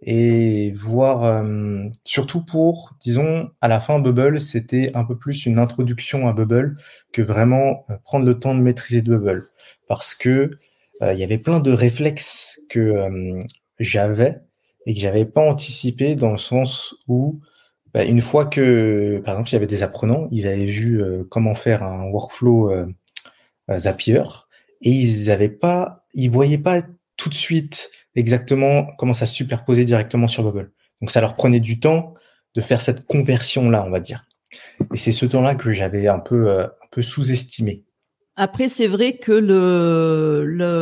Et voir, euh, surtout pour, disons, à la fin, Bubble, c'était un peu plus une introduction à Bubble que vraiment euh, prendre le temps de maîtriser Bubble. Parce que il euh, y avait plein de réflexes que euh, j'avais et que j'avais pas anticipé dans le sens où, bah, une fois que, par exemple, il y avait des apprenants, ils avaient vu euh, comment faire un workflow euh, euh, Zapier et ils avaient pas, ils voyaient pas tout de suite exactement comment ça se superposait directement sur Bubble. Donc ça leur prenait du temps de faire cette conversion-là, on va dire. Et c'est ce temps-là que j'avais un peu, euh, un peu sous-estimé. Après, c'est vrai que le,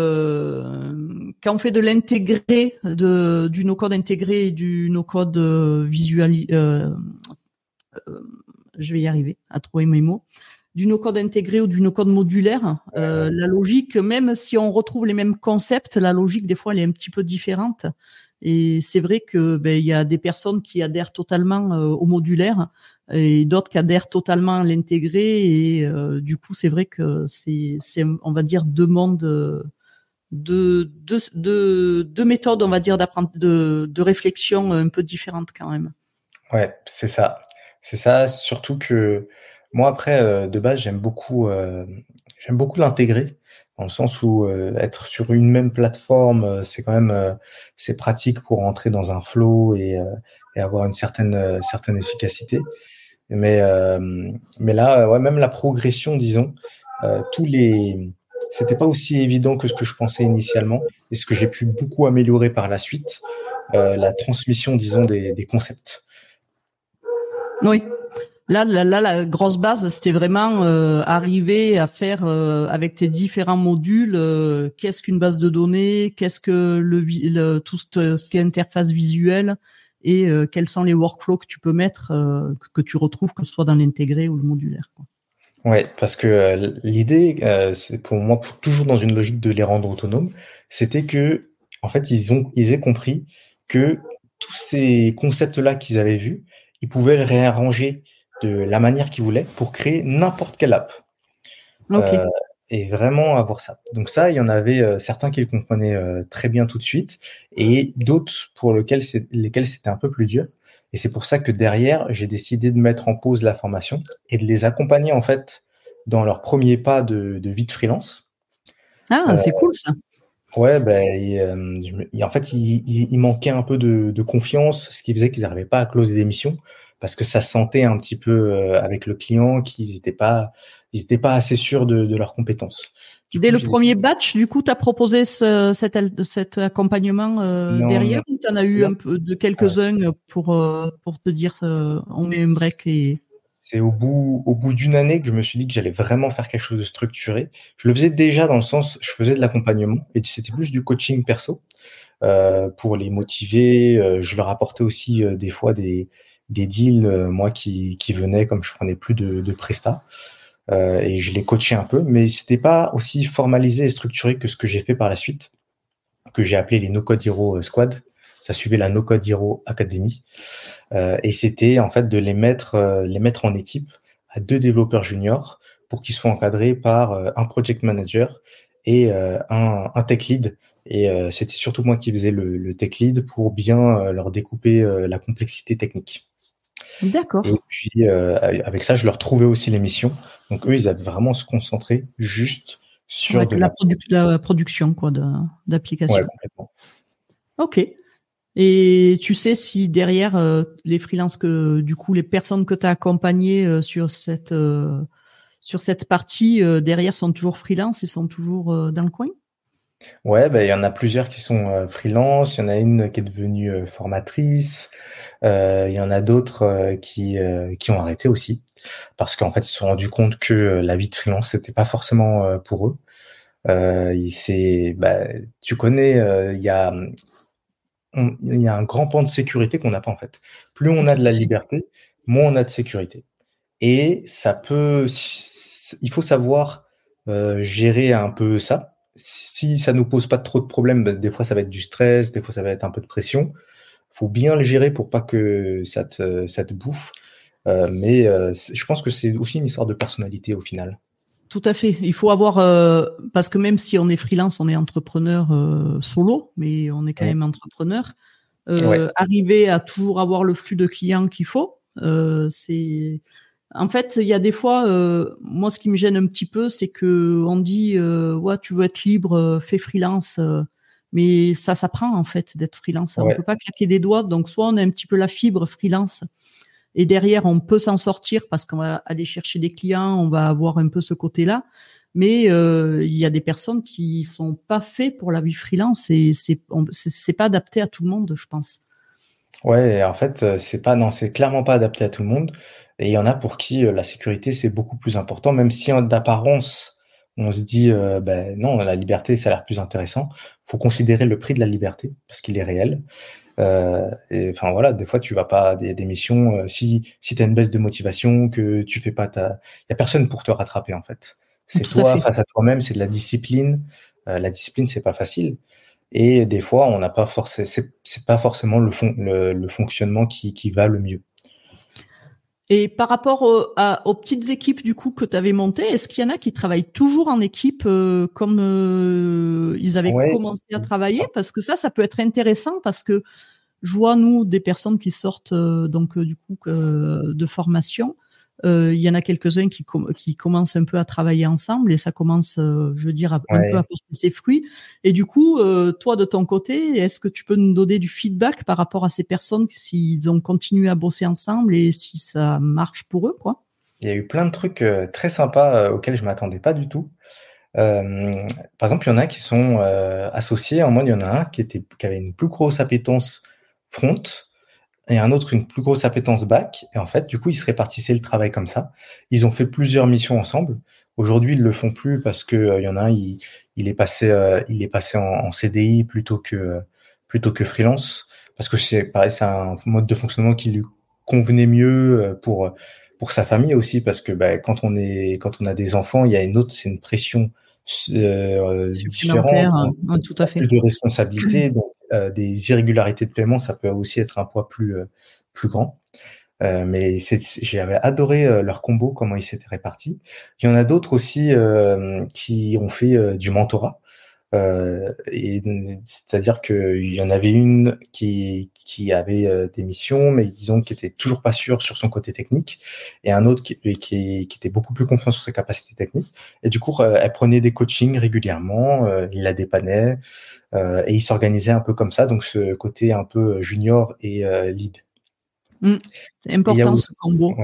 le quand on fait de l'intégré, de du no-code intégré et du no-code visual, euh, euh, je vais y arriver à trouver mes mots, du no-code intégré ou du no-code modulaire, euh, la logique, même si on retrouve les mêmes concepts, la logique des fois elle est un petit peu différente. Et c'est vrai que ben il y a des personnes qui adhèrent totalement euh, au modulaire et d'autres qui adhèrent totalement à l'intégré. Et euh, du coup, c'est vrai que c'est, c'est, on va dire, deux mondes, de, de, de, de méthodes, on va dire, d'apprendre, de, de réflexion un peu différentes quand même. Ouais, c'est ça, c'est ça. Surtout que moi après, euh, de base, j'aime beaucoup, euh, j'aime beaucoup l'intégrer. Dans le sens où euh, être sur une même plateforme, euh, c'est quand même euh, c'est pratique pour entrer dans un flow et, euh, et avoir une certaine euh, certaine efficacité. Mais euh, mais là, ouais, même la progression, disons, euh, tous les c'était pas aussi évident que ce que je pensais initialement et ce que j'ai pu beaucoup améliorer par la suite, euh, la transmission, disons, des, des concepts. Oui. Là, là, là, la grosse base, c'était vraiment euh, arriver à faire euh, avec tes différents modules. Euh, qu'est-ce qu'une base de données, qu'est-ce que le, le tout ce, ce qui est interface visuelle et euh, quels sont les workflows que tu peux mettre, euh, que tu retrouves que ce soit dans l'intégré ou le modulaire, quoi. Ouais, parce que euh, l'idée, euh, c'est pour moi pour, toujours dans une logique de les rendre autonomes, c'était que en fait ils ont ils aient compris que tous ces concepts-là qu'ils avaient vus, ils pouvaient les réarranger de la manière qu'ils voulaient pour créer n'importe quelle app. Okay. Euh, et vraiment avoir ça. Donc ça, il y en avait euh, certains qui le comprenaient euh, très bien tout de suite et d'autres pour lesquels, c'est, lesquels c'était un peu plus dur. Et c'est pour ça que derrière, j'ai décidé de mettre en pause la formation et de les accompagner en fait dans leur premier pas de, de vie de freelance. Ah, euh, c'est cool ça. Ouais, ben, et, euh, et en fait, il, il, il manquait un peu de, de confiance, ce qui faisait qu'ils n'arrivaient pas à closer des missions parce que ça sentait un petit peu euh, avec le client qu'ils n'étaient pas, ils n'étaient pas assez sûrs de, de leurs compétences. Dès coup, le j'ai premier décidé... batch, du coup, tu as proposé ce, cet, cet accompagnement euh, non, derrière non, ou tu en as eu non, un peu de ouais. quelques-uns pour, euh, pour te dire euh, on met un break et... C'est au bout, au bout d'une année que je me suis dit que j'allais vraiment faire quelque chose de structuré. Je le faisais déjà dans le sens, je faisais de l'accompagnement et c'était plus du coaching perso euh, pour les motiver. Euh, je leur apportais aussi euh, des fois des, des deals, euh, moi qui, qui venaient comme je prenais plus de, de prestats euh, et je les coachais un peu, mais c'était pas aussi formalisé et structuré que ce que j'ai fait par la suite, que j'ai appelé les No Code Hero Squad. Ça suivait la No Code Hero Academy. Euh, et c'était en fait de les mettre, euh, les mettre en équipe à deux développeurs juniors pour qu'ils soient encadrés par euh, un project manager et euh, un, un tech lead. Et euh, c'était surtout moi qui faisais le, le tech lead pour bien euh, leur découper euh, la complexité technique. D'accord. Et puis euh, avec ça, je leur trouvais aussi les missions. Donc eux, ils avaient vraiment se concentrer juste sur Ouais, de la, la... produ- la production quoi, de, d'application. Ouais, complètement. Ok. Et tu sais si derrière euh, les freelances que du coup les personnes que tu as accompagnées euh, sur cette euh, sur cette partie euh, derrière sont toujours freelance et sont toujours euh, dans le coin? Ouais, bah, il y en a plusieurs qui sont euh, freelance, il y en a une qui est devenue euh, formatrice, euh, il y en a d'autres euh, qui euh, qui ont arrêté aussi parce qu'en fait ils se sont rendus compte que euh, la vie de freelance c'était pas forcément euh, pour eux. Euh, il- c'est bah, tu connais euh, il y a on- il y a un grand pan de sécurité qu'on n'a pas en fait. Plus on a Tout de à la fait. liberté, moins on a de sécurité. Et ça peut, il faut savoir euh, gérer un peu ça. Si ça nous pose pas trop de problèmes, bah, des fois ça va être du stress, des fois ça va être un peu de pression. Faut bien le gérer pour pas que ça te, ça te bouffe. Euh, mais euh, c'est- je pense que c'est aussi une histoire de personnalité au final. Tout à fait. Il faut avoir euh, parce que même si on est freelance, on est entrepreneur euh, solo, mais on est quand Mm. même entrepreneur. Ouais, Euh, arriver à toujours avoir le flux de clients qu'il faut, euh, c'est en fait il y a des fois, euh, moi ce qui me gêne un petit peu, c'est que on dit euh, ouais tu veux être libre, euh, fais freelance, euh, mais ça s'apprend en fait d'être freelance. On ouais, peut pas claquer des doigts, donc soit on a un petit peu la fibre freelance et derrière on peut s'en sortir parce qu'on va aller chercher des clients, on va avoir un peu ce côté-là. Mais euh, il y a des personnes qui sont pas faites pour la vie freelance et c'est on- c'est c'est pas adapté à tout le monde, je pense. ouais. Et en fait, euh, c'est pas, non, c'est clairement pas adapté à tout le monde. Et il y en a pour qui euh, la sécurité c'est beaucoup plus important, même si en- d'apparence on se dit euh, ben non, la liberté ça a l'air plus intéressant. Faut considérer le prix de la liberté parce qu'il est réel. Euh, et enfin voilà, des fois tu vas pas des, des missions euh, si si t'as une baisse de motivation, que tu fais pas ta, y a personne pour te rattraper en fait. C'est Tout à toi fait. face à toi-même, c'est de la discipline. Euh, la discipline c'est pas facile. Et des fois on n'a pas forcément, c'est c'est pas forcément le fon, le, le fonctionnement qui qui va le mieux. Et par rapport au- à- aux petites équipes du coup que tu avais montées, est-ce qu'il y en a qui travaillent toujours en équipe euh, comme euh, ils avaient Ouais. commencé à travailler? Parce que ça, ça peut être intéressant parce que je vois nous des personnes qui sortent euh, donc euh, du coup euh, de formation. Euh, Il y en a quelques-uns qui, com- qui commencent un peu à travailler ensemble et ça commence, euh, je veux dire, à, un peu Ouais. à porter ses fruits. Et du coup, euh, toi de ton côté, est-ce que tu peux nous donner du feedback par rapport à ces personnes s'ils ont continué à bosser ensemble et si ça marche pour eux, quoi? Il y a eu plein de trucs euh, très sympas euh, auxquels je m'attendais pas du tout. Euh, par exemple, il y en a qui sont euh, associés. En mode, il y en a un qui était qui avait une plus grosse appétence front et un autre une plus grosse appétence back. Et en fait, du coup, ils se répartissaient le travail comme ça. Ils ont fait plusieurs missions ensemble. Aujourd'hui, ils le font plus parce que euh, il y en a un, il, il est passé, euh, il est passé en, en C D I plutôt que plutôt que freelance parce que c'est pareil, c'est un mode de fonctionnement qui lui convenait mieux euh, pour pour sa famille aussi parce que bah, quand on est quand on a des enfants, il y a une autre, c'est une pression euh, différente, Supplémentaire, hein, tout à fait. plus de responsabilités, donc euh, des irrégularités de paiement, ça peut aussi être un poids plus euh, plus grand. Euh, mais c'est, j'avais adoré euh, leur combo, comment ils s'étaient répartis. Il y en a d'autres aussi euh, qui ont fait euh, du mentorat. Euh, et c'est-à-dire qu'il y en avait une qui qui avait euh, des missions, mais disons qui était toujours pas sûre sur son côté technique, et un autre qui, qui, qui était beaucoup plus confiant sur ses capacités techniques. Et du coup, euh, elle prenait des coachings régulièrement, euh, il la dépannait, euh, et il s'organisait un peu comme ça. Donc ce côté un peu junior et euh, lead. Mmh. C'est Et il y a important aussi, ce combo. ouais.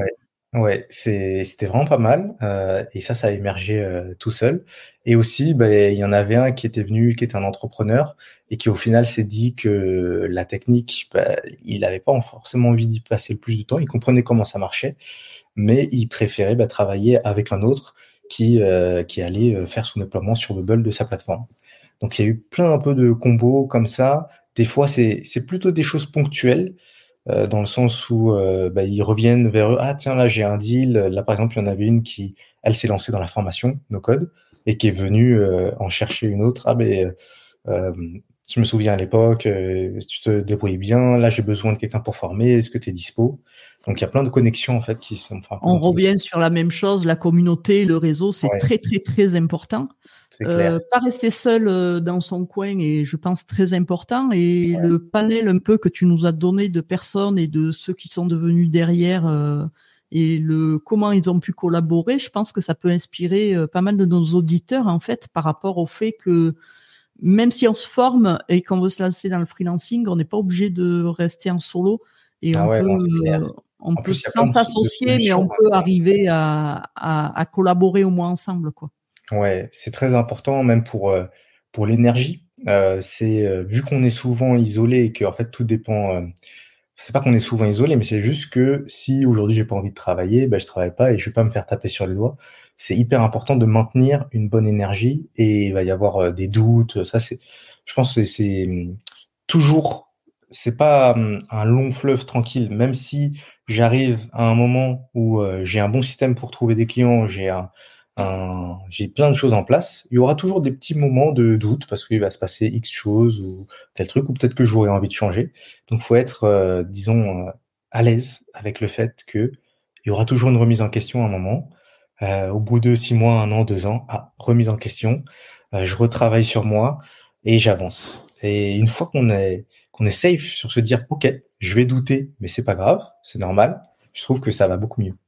Ouais, c'est, c'était vraiment pas mal. Euh, et ça, ça a émergé euh, tout seul. Et aussi, bah, il y en avait un qui était venu, qui était un entrepreneur, et qui au final s'est dit que la technique, bah, il n'avait pas forcément envie d'y passer le plus de temps. Il comprenait comment ça marchait, mais il préférait bah, travailler avec un autre qui euh, qui allait euh, faire son déploiement sur le build de sa plateforme. Donc il y a eu plein un peu de combos comme ça. Des fois, c'est c'est plutôt des choses ponctuelles. Euh, dans le sens où euh, bah, ils reviennent vers eux. Ah tiens, là j'ai un deal. Là par exemple, il y en avait une qui, elle s'est lancée dans la formation no code et qui est venue euh, en chercher une autre. Ah ben, euh, je me souviens à l'époque, euh, tu te débrouilles bien. Là j'ai besoin de quelqu'un pour former. Est-ce que tu es dispo? Donc il y a plein de connexions en fait qui sont. Enfin, On revient sur la même chose, la communauté, le réseau, c'est ouais, très très très important. c'est clair. Euh, pas rester seul euh, dans son coin est, je pense, très important. Et Ouais. le panel un peu que tu nous as donné de personnes et de ceux qui sont devenus derrière euh, et le comment ils ont pu collaborer, je pense que ça peut inspirer euh, pas mal de nos auditeurs en fait par rapport au fait que même si on se forme et qu'on veut se lancer dans le freelancing, on n'est pas obligé de rester en solo et Ah on ouais, peut non, c'est clair. euh, on En peut plus, il y a plein sans de, de s'associer, mais solutions on peut maintenant. arriver à, à, à collaborer au moins ensemble, quoi. Ouais, c'est très important même pour euh, pour l'énergie. Euh, c'est euh, vu qu'on est souvent isolé et que en fait tout dépend. Euh, c'est pas qu'on est souvent isolé, mais c'est juste que si aujourd'hui j'ai pas envie de travailler, ben je travaille pas et je vais pas me faire taper sur les doigts. C'est hyper important de maintenir une bonne énergie et il va y avoir euh, des doutes. Ça c'est, je pense que c'est c'est, hum, toujours, c'est pas hum, un long fleuve tranquille. Même si j'arrive à un moment où euh, j'ai un bon système pour trouver des clients, j'ai un un- j'ai plein de choses en place. Il y aura toujours des petits moments de doute parce qu'il va se passer X choses ou tel truc, ou peut-être que j'aurais envie de changer. Donc, faut être, euh, disons, euh, à l'aise avec le fait que il y aura toujours une remise en question à un moment. Euh, au bout de six mois, un an, deux ans, ah, remise en question. Euh, je retravaille sur moi et j'avance. Et une fois qu'on est qu'on est safe sur se dire, ok, je vais douter, mais c'est pas grave, c'est normal. Je trouve que ça va beaucoup mieux.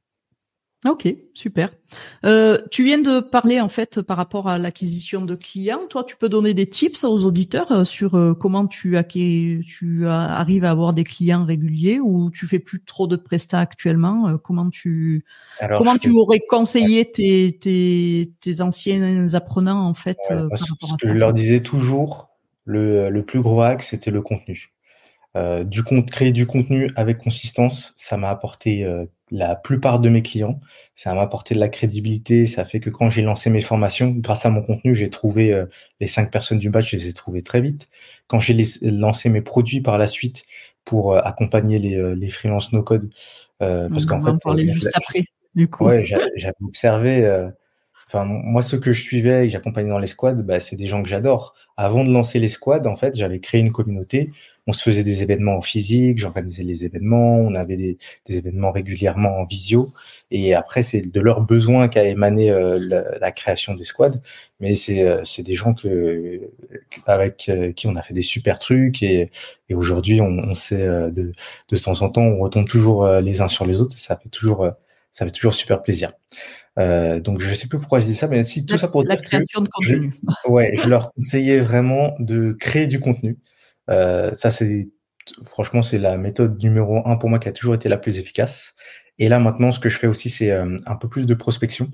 Ok, super. Euh, tu viens de parler en fait par rapport à l'acquisition de clients. Toi, tu peux donner des tips aux auditeurs euh, sur euh, comment tu, acquis, tu as, arrives à avoir des clients réguliers ou tu fais plus trop de prestats actuellement. Euh, comment tu Alors, comment je tu fais aurais conseillé tes, tes, tes anciens apprenants en fait Ouais, euh, moi, par ce rapport ce à que je ça? leur disais toujours, le, le plus gros axe, c'était le contenu. Euh, du compte, créer du contenu avec consistance, ça m'a apporté euh, la plupart de mes clients. Ça m'a apporté de la crédibilité. Ça fait que quand j'ai lancé mes formations, grâce à mon contenu, j'ai trouvé euh, les cinq personnes du batch, je les ai trouvées très vite. Quand j'ai les- lancé mes produits par la suite pour euh, accompagner les, euh, les freelance no code, euh, On parce qu'en va fait, en euh, parler moi, je juste l'ai- après, du coup. ouais, j'a- j'avais observé. euh, Enfin, moi, ceux que je suivais et que j'accompagnais dans les squads, bah, c'est des gens que j'adore. Avant de lancer les squads, en fait, j'avais créé une communauté. On se faisait des événements en physique, j'organisais les événements, on avait des, des événements régulièrement en visio. Et après, c'est de leurs besoins qu'a émané euh, la, la création des squads. Mais c'est euh, c'est des gens que avec euh, qui on a fait des super trucs et, et aujourd'hui, on, on sait euh, de de temps en temps, on retombe toujours euh, les uns sur les autres. Ça fait toujours euh, ça fait toujours super plaisir. Euh, donc je sais plus pourquoi je dis ça, mais si tout La, ça pour la dire que création de je, contenu. ouais, je leur conseillais vraiment de créer du contenu. Euh, ça c'est, franchement, c'est la méthode numéro un pour moi qui a toujours été la plus efficace. Et là maintenant, ce que je fais aussi, c'est euh, un peu plus de prospection.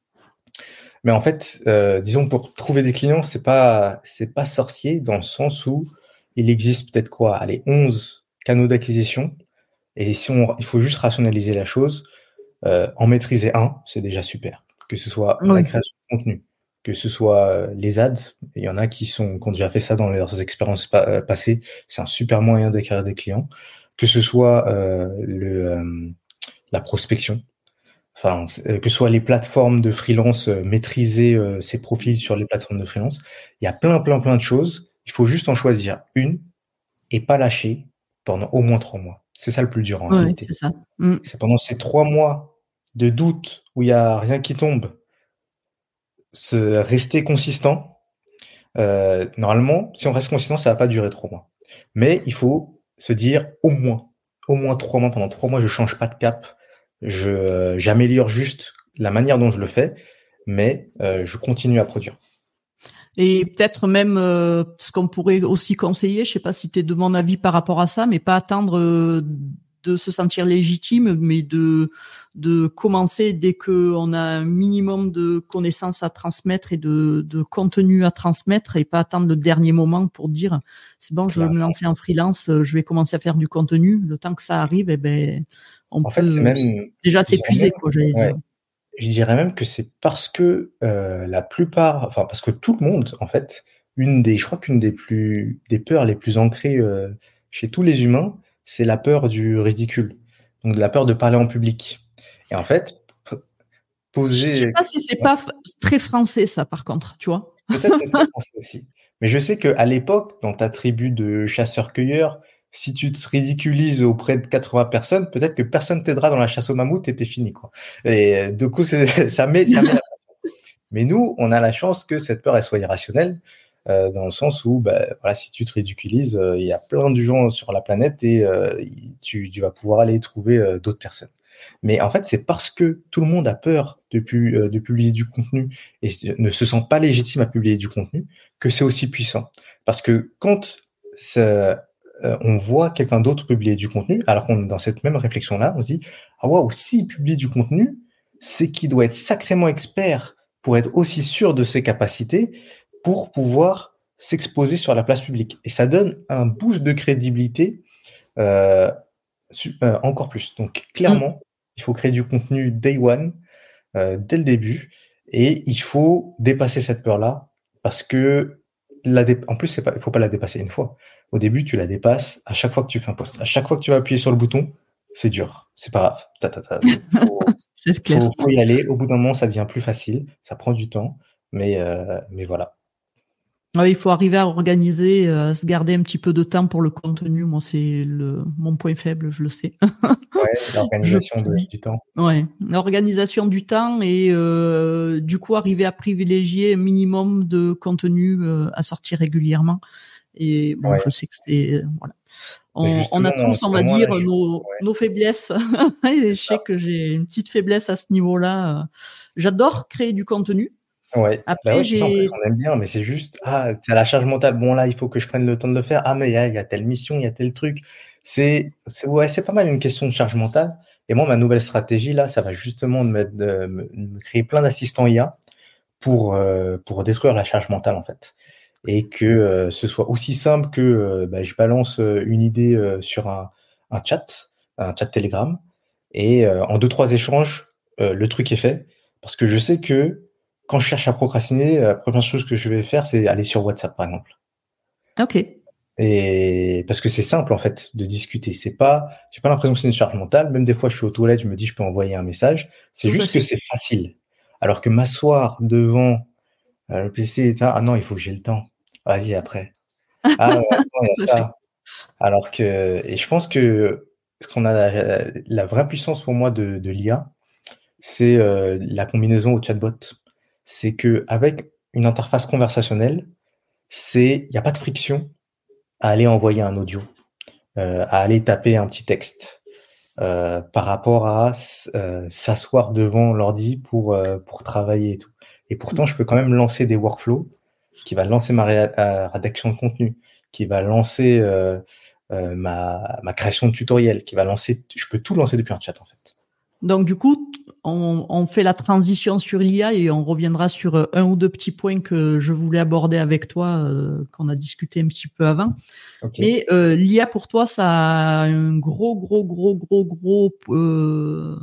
Mais en fait, euh, disons pour trouver des clients, c'est pas, c'est pas sorcier dans le sens où il existe peut-être quoi, allez, onze canaux d'acquisition. Et si on, il faut juste rationaliser la chose. Euh, en maîtriser un, c'est déjà super. Que ce soit la Oui. création de contenu, que ce soit euh, les ads. Il y en a qui sont qui ont déjà fait ça dans leurs expériences pa- euh, passées. C'est un super moyen d'acquérir des clients. Que ce soit euh, le euh, la prospection. Enfin, euh, que ce soit les plateformes de freelance, euh, maîtriser euh, ses profils sur les plateformes de freelance. Il y a plein, plein, plein de choses. Il faut juste en choisir une et pas lâcher pendant au moins trois mois. C'est ça le plus dur en Oui, réalité. c'est ça. Mm. C'est pendant ces trois mois de doute où il y a rien qui tombe, se rester consistant. Euh, normalement, si on reste consistant, ça va pas durer trois mois. Mais il faut se dire au moins, au moins trois mois. Pendant trois mois, je change pas de cap. Je euh, j'améliore juste la manière dont je le fais, mais euh, je continue à produire. Et peut-être même euh, ce qu'on pourrait aussi conseiller, je sais pas si tu es de mon avis par rapport à ça, mais pas attendre euh, de se sentir légitime, mais de de commencer dès que on a un minimum de connaissances à transmettre et de de contenu à transmettre, et pas attendre le dernier moment pour dire c'est bon, je vais me lancer en freelance, je vais commencer à faire du contenu. Le temps que ça arrive, eh ben on En peut fait, c'est même déjà je dirais s'épuiser, même quoi, j'allais ouais, dire. je dirais même que c'est parce que euh, la plupart, enfin parce que tout le monde, en fait, une des, je crois qu'une des plus, des peurs les plus ancrées euh, chez tous les humains, c'est la peur du ridicule, donc de la peur de parler en public. Et en fait, p- Je sais poser, pas si c'est ouais, pas f- très français, ça, par contre, tu vois. peut-être c'est très français aussi. Mais je sais qu'à l'époque, dans ta tribu de chasseurs-cueilleurs, si tu te ridiculises auprès de quatre-vingts personnes, peut-être que personne t'aidera dans la chasse au mammouth et t'es fini, quoi. Et euh, du coup, c'est, ça met, ça met la... Mais nous, on a la chance que cette peur, elle soit irrationnelle, euh, dans le sens où, bah, voilà, si tu te ridiculises, euh, il y a plein de gens sur la planète et euh, tu, tu vas pouvoir aller trouver euh, d'autres personnes. Mais en fait, c'est parce que tout le monde a peur de, pu, euh, de publier du contenu et ne se sent pas légitime à publier du contenu que c'est aussi puissant. Parce que quand ça, euh, on voit quelqu'un d'autre publier du contenu, alors qu'on est dans cette même réflexion-là, on se dit « Ah waouh, s'il publie du contenu, c'est qu'il doit être sacrément expert pour être aussi sûr de ses capacités pour pouvoir s'exposer sur la place publique. » Et ça donne un boost de crédibilité euh, su- euh, encore plus. Donc clairement, il faut créer du contenu day one, euh, dès le début, et il faut dépasser cette peur-là parce que la dé- en plus, c'est pas, il faut pas la dépasser une fois. Au début, tu la dépasses à chaque fois que tu fais un post. À chaque fois que tu vas appuyer sur le bouton, c'est dur. C'est pas grave. Ta, ta, ta. Faut, C'est clair. faut, faut y aller. Au bout d'un moment, ça devient plus facile. Ça prend du temps, mais euh, mais voilà. Ouais, il faut arriver à organiser, euh, à se garder un petit peu de temps pour le contenu. Moi, c'est le mon point faible, je le sais. Ouais, Je, l'organisation de, du temps. ouais, l'organisation du temps et euh, du coup arriver à privilégier un minimum de contenu euh, à sortir régulièrement. Et bon, Ouais. je sais que c'est voilà. Mais On, on a justement, tous, on va moi, dire, je- nos, ouais. nos faiblesses. Et je C'est ça. sais que j'ai une petite faiblesse à ce niveau-là. J'adore créer du contenu. Ouais. Après, Bah ouais, c'est ça, en plus, j'ai on aime bien, mais c'est juste, ah, c'est à la charge mentale. Bon, là, il faut que je prenne le temps de le faire. Ah, mais il y a, il y a telle mission, il y a tel truc. C'est, c'est, ouais, c'est pas mal une question de charge mentale. Et moi, ma nouvelle stratégie, là, ça va justement de, mettre, de me, me créer plein d'assistants I A pour, euh, pour détruire la charge mentale, en fait. Et que euh, ce soit aussi simple que euh, bah, je balance euh, une idée euh, sur un, un chat, un chat Telegram, et euh, en deux, trois échanges, euh, le truc est fait. Parce que je sais que quand je cherche à procrastiner, la première chose que je vais faire, c'est aller sur WhatsApp, par exemple. ok. Et parce que c'est simple, en fait, de discuter. C'est pas, j'ai pas l'impression que c'est une charge mentale. Même des fois, je suis aux toilettes, je me dis, je peux envoyer un message. C'est Tout à juste que fait. c'est facile. Alors que m'asseoir devant euh, le P C, et ah non, il faut que j'ai le temps. Vas-y, après. Ah, ouais, attends, il y Tout a à fait. ça. Alors que, et je pense que ce qu'on a, la, la vraie puissance pour moi de, de l'I A, c'est euh, la combinaison au chatbot. C'est que avec une interface conversationnelle, c'est, il n'y a pas de friction à aller envoyer un audio, euh, à aller taper un petit texte, euh, par rapport à euh, s'asseoir devant l'ordi pour euh, pour travailler et tout. Et pourtant, je peux quand même lancer des workflows qui va lancer ma ré- euh, rédaction de contenu, qui va lancer euh, euh, ma ma création de tutoriel, qui va lancer, je peux tout lancer depuis un chat en fait. Donc du coup, on, on fait la transition sur l'I A et on reviendra sur un ou deux petits points que je voulais aborder avec toi, euh, qu'on a discuté un petit peu avant. Ok. Mais euh, l'I A pour toi, ça a un gros, gros, gros, gros, gros, euh,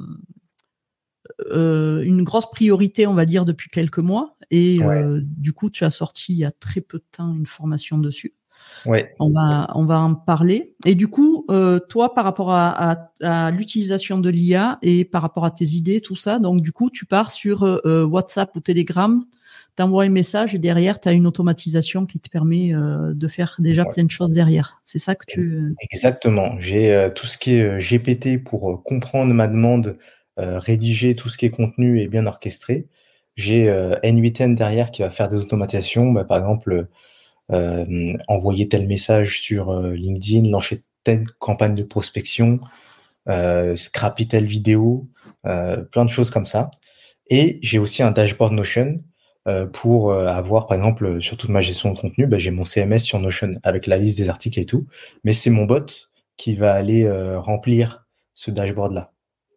euh, une grosse priorité, on va dire, depuis quelques mois. Et Ouais. euh, du coup, tu as sorti il y a très peu de temps une formation dessus. Ouais. On va, on va en parler. Et du coup, euh, toi, par rapport à, à, à l'utilisation de l'I A et par rapport à tes idées, tout ça, donc du coup, tu pars sur euh, WhatsApp ou Telegram, t'envoies un message et derrière, tu as une automatisation qui te permet euh, de faire déjà Ouais. plein de choses derrière. C'est ça que tu... Exactement. J'ai euh, tout ce qui est euh, G P T pour euh, comprendre ma demande, euh, rédiger tout ce qui est contenu et bien orchestré. J'ai euh, N huit N derrière qui va faire des automatisations, bah, par exemple euh, envoyer tel message sur euh, LinkedIn, lancer telle campagne de prospection, euh, scraper telle vidéo, euh, plein de choses comme ça. Et j'ai aussi un dashboard Notion euh, pour euh, avoir, par exemple, sur toute ma gestion de contenu, bah, j'ai mon C M S sur Notion avec la liste des articles et tout. Mais c'est mon bot qui va aller euh, remplir ce dashboard-là.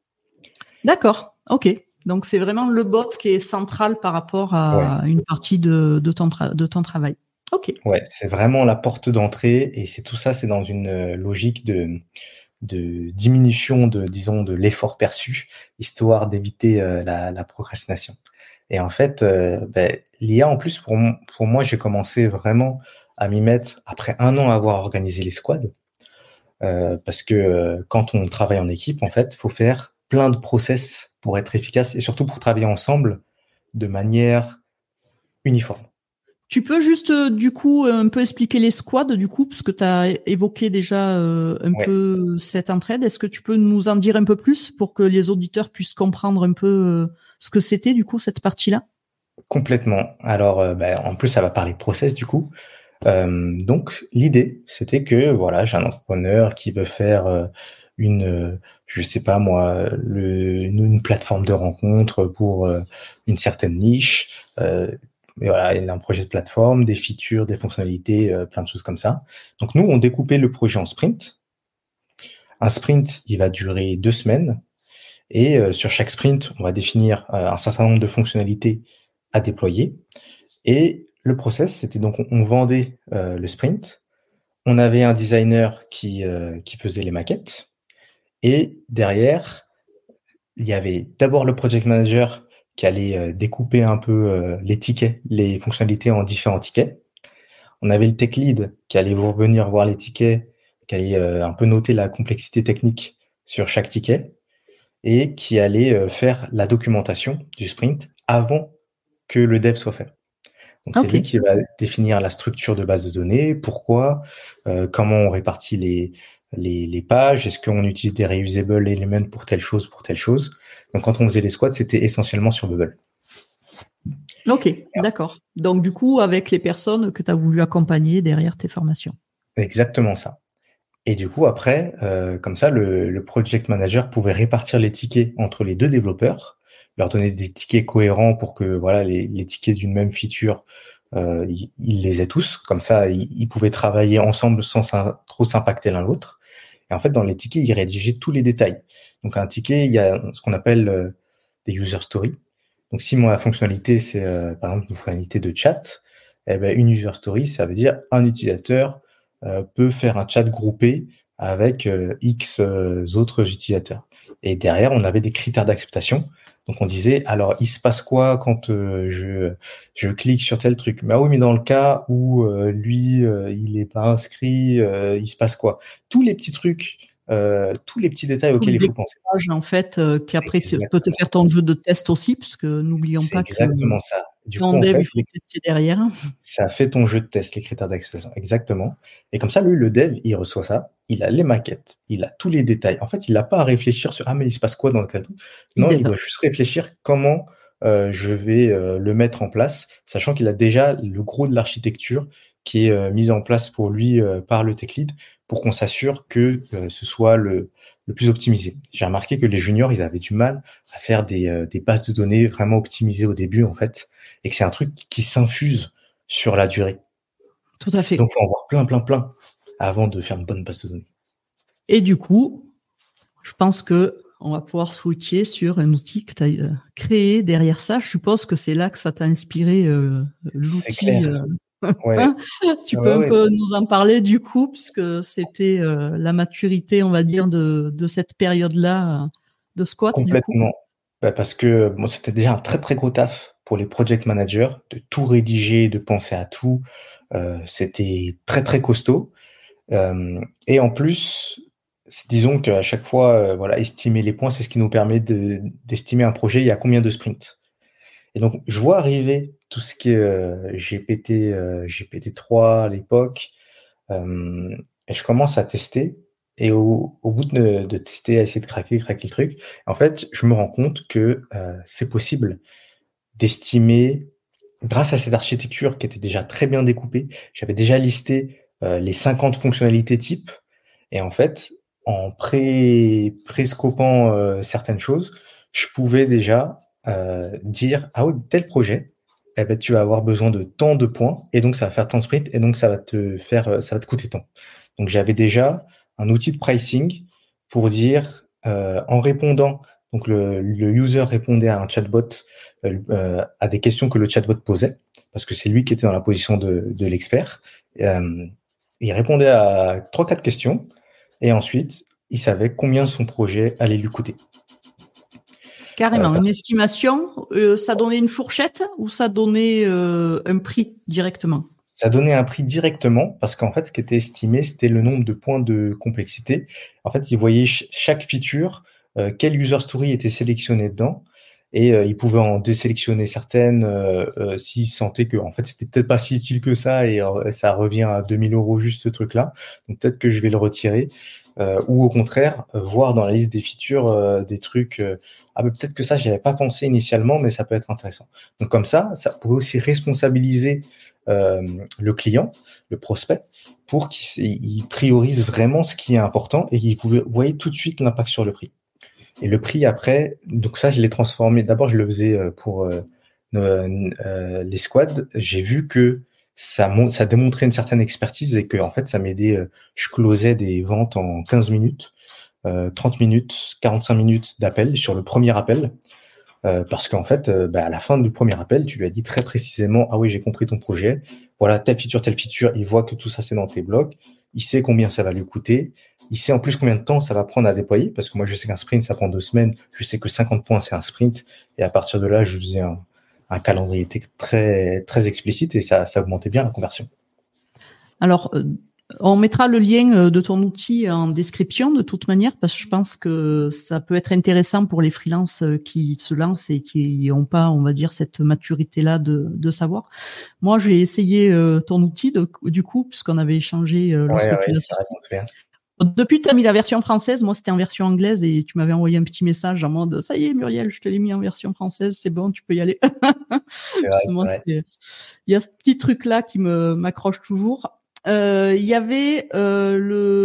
D'accord, ok. Donc, c'est vraiment le bot qui est central par rapport à ouais. une partie de, de, ton, tra- de ton travail. Ok. Ouais, c'est vraiment la porte d'entrée et c'est tout ça, c'est dans une logique de, de diminution de, disons, de l'effort perçu, histoire d'éviter euh, la, la procrastination. Et en fait, euh, ben, l'I A, en plus, pour, pour moi, j'ai commencé vraiment à m'y mettre après un an à avoir organisé les squads. Euh, parce que euh, quand on travaille en équipe, en fait, il faut faire plein de process pour être efficace et surtout pour travailler ensemble de manière uniforme. Tu peux juste, euh, du coup, un peu expliquer les squads, du coup, parce que tu as évoqué déjà euh, un ouais. peu cette entraide. Est-ce que tu peux nous en dire un peu plus pour que les auditeurs puissent comprendre un peu euh, ce que c'était, du coup, cette partie-là ? Complètement. Alors, euh, bah, en plus, ça va parler process, du coup. Euh, donc, l'idée, c'était que, voilà, j'ai un entrepreneur qui veut faire euh, une, euh, je sais pas moi, le, une, une plateforme de rencontre pour euh, une certaine niche. Euh, Et voilà, il a un projet de plateforme, des features, des fonctionnalités, euh, plein de choses comme ça. Donc nous, on découpait le projet en sprint. Un sprint, il va durer deux semaines. Et euh, sur chaque sprint, on va définir euh, un certain nombre de fonctionnalités à déployer. Et le process, c'était donc on, on vendait euh, le sprint. On avait un designer qui euh, qui faisait les maquettes. Et derrière, il y avait d'abord le project manager qui allait euh, découper un peu euh, les tickets, les fonctionnalités en différents tickets. On avait le tech lead qui allait venir voir les tickets, qui allait euh, un peu noter la complexité technique sur chaque ticket et qui allait euh, faire la documentation du sprint avant que le dev soit fait. Donc c'est okay. lui qui va définir la structure de base de données, pourquoi, euh, comment on répartit les les, les pages, est-ce qu'on utilise des reusable elements pour telle chose, pour telle chose. Donc, quand on faisait les squads, c'était essentiellement sur Bubble. Ok, d'accord. Donc, du coup, avec les personnes que tu as voulu accompagner derrière tes formations. Exactement ça. Et du coup, après, euh, comme ça, le, le project manager pouvait répartir les tickets entre les deux développeurs, leur donner des tickets cohérents pour que voilà les, les tickets d'une même feature, euh, ils, ils les aient tous. Comme ça, ils, ils pouvaient travailler ensemble sans trop s'impacter l'un l'autre. Et en fait, dans les tickets, il rédigeait tous les détails. Donc, un ticket, il y a ce qu'on appelle euh, des user stories. Donc, si moi, la fonctionnalité, c'est euh, par exemple une fonctionnalité de chat, eh ben, une user story, ça veut dire un utilisateur euh, peut faire un chat groupé avec euh, X euh, autres utilisateurs. Et derrière, on avait des critères d'acceptation. Donc, on disait, alors, il se passe quoi quand euh, je je clique sur tel truc? Bah oui, mais dans le cas où euh, lui, euh, il est pas inscrit, euh, il se passe quoi? Tous les petits trucs, euh, tous les petits détails auxquels il faut penser. En fait, euh, qu'après, tu peux te faire ton jeu de test aussi, parce que n'oublions c'est pas exactement que exactement ça. Du en coup, dev, en fait, il faut tester derrière. Ça fait ton jeu de test, les critères d'acceptation. Exactement. Et comme ça, lui, le dev, il reçoit ça, il a les maquettes, il a tous les détails. En fait, il n'a pas à réfléchir sur, ah, mais il se passe quoi dans le cas. Non, il, il doit juste réfléchir comment euh, je vais euh, le mettre en place, sachant qu'il a déjà le gros de l'architecture qui est euh, mise en place pour lui euh, par le tech lead pour qu'on s'assure que euh, ce soit le, le plus optimisé. J'ai remarqué que les juniors, ils avaient du mal à faire des, euh, des bases de données vraiment optimisées au début, en fait, et que c'est un truc qui s'infuse sur la durée. Tout à fait. Donc, il faut en voir plein, plein, plein avant de faire une bonne base de données. Et du coup, je pense que on va pouvoir switcher sur un outil que tu as euh, créé derrière ça. Je suppose que c'est là que ça t'a inspiré euh, l'outil. C'est clair. Euh... Ouais. tu ouais, peux ouais. un peu nous en parler du coup, puisque c'était euh, la maturité, on va dire, de, de cette période-là euh, de squat. Complètement. Du coup. Bah parce que bon, c'était déjà un très, très gros taf pour les project managers de tout rédiger, de penser à tout. Euh, c'était très, très costaud. Euh, et en plus, disons qu'à chaque fois, euh, voilà, estimer les points, c'est ce qui nous permet de, d'estimer un projet, il y a combien de sprints. Et donc, je vois arriver tout ce qui est euh, G P T, euh, G P T trois à l'époque, euh, et je commence à tester. Et au, au bout de, de tester, à essayer de craquer, craquer le truc, en fait, je me rends compte que euh, c'est possible d'estimer, grâce à cette architecture qui était déjà très bien découpée, j'avais déjà listé euh, les cinquante fonctionnalités types, et en fait, en pré préscopant euh, certaines choses, je pouvais déjà euh, dire ah oui, tel projet, eh ben tu vas avoir besoin de tant de points, et donc ça va faire tant de sprints, et donc ça va te faire, ça va te coûter tant. Donc j'avais déjà un outil de pricing pour dire euh, en répondant, donc le, le user répondait à un chatbot, euh, à des questions que le chatbot posait, parce que c'est lui qui était dans la position de, de l'expert. Euh, il répondait à trois, quatre questions, et ensuite, il savait combien son projet allait lui coûter. Carrément, Euh, une estimation, euh, ça donnait une fourchette ou ça donnait euh, un prix directement? Ça donnait un prix directement parce qu'en fait, ce qui était estimé, c'était le nombre de points de complexité. En fait, il voyait ch- chaque feature, euh, quelle user story était sélectionnée dedans, et euh, il pouvait en désélectionner certaines euh, euh, s'il sentait que, en fait, c'était peut-être pas si utile que ça et euh, ça revient à deux mille euros juste ce truc-là. Donc peut-être que je vais le retirer, euh, ou au contraire, euh, voir dans la liste des features euh, des trucs. Euh, ah, mais peut-être que ça, j'y avais pas pensé initialement, mais ça peut être intéressant. Donc comme ça, ça pouvait aussi responsabiliser Euh, le client, le prospect, pour qu'il il priorise vraiment ce qui est important et qu'il pouvait voyait tout de suite l'impact sur le prix. Et le prix après, donc ça je l'ai transformé. D'abord je le faisais pour euh, euh, les squads. J'ai vu que ça, ça démontrait une certaine expertise et que en fait ça m'aidait. Euh, je closais des ventes en quinze minutes, euh, trente minutes, quarante-cinq minutes d'appel sur le premier appel. Euh, parce qu'en fait, euh, bah, à la fin du premier appel, tu lui as dit très précisément, ah oui, j'ai compris ton projet, voilà, telle feature, telle feature, il voit que tout ça c'est dans tes blocs, il sait combien ça va lui coûter, il sait en plus combien de temps ça va prendre à déployer, parce que moi je sais qu'un sprint ça prend deux semaines, je sais que cinquante points c'est un sprint, et à partir de là, je faisais un, un calendrier très très explicite et ça, ça augmentait bien la conversion. Alors, euh... on mettra le lien de ton outil en description de toute manière parce que je pense que ça peut être intéressant pour les freelances qui se lancent et qui n'ont pas, on va dire, cette maturité-là de, de savoir. Moi, j'ai essayé euh, ton outil de, du coup, puisqu'on avait échangé euh, lorsque ouais, tu ouais, l'as sorti. Depuis, tu as mis la version française. Moi, c'était en version anglaise et tu m'avais envoyé un petit message en mode « Ça y est, Muriel, je te l'ai mis en version française, c'est bon, tu peux y aller. » Moi, il y a ce petit truc-là qui me m'accroche toujours. Il euh, y avait euh,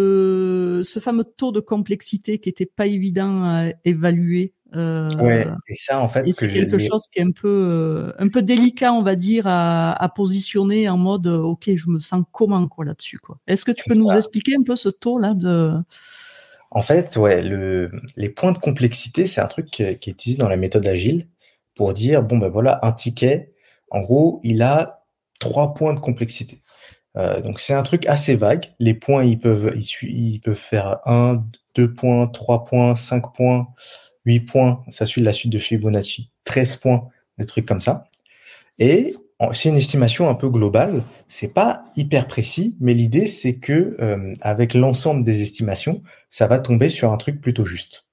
le ce fameux taux de complexité qui était pas évident à évaluer. Euh, ouais, et ça en fait, et c'est quelque les... chose qui est un peu euh, un peu délicat, on va dire, à, à positionner en mode euh, ok, je me sens comment quoi là-dessus quoi. Est-ce que tu peux c'est nous ça. expliquer un peu ce taux là de En fait, ouais, le les points de complexité, c'est un truc qui est, qui est utilisé dans la méthode agile pour dire bon ben voilà un ticket, en gros, il a trois points de complexité. Euh, donc c'est un truc assez vague. Les points, ils peuvent, ils, ils peuvent faire un, deux points, trois points, cinq points, huit points. Ça suit la suite de Fibonacci. treize points, des trucs comme ça. Et c'est une estimation un peu globale. C'est pas hyper précis, mais l'idée c'est que euh, avec l'ensemble des estimations, ça va tomber sur un truc plutôt juste,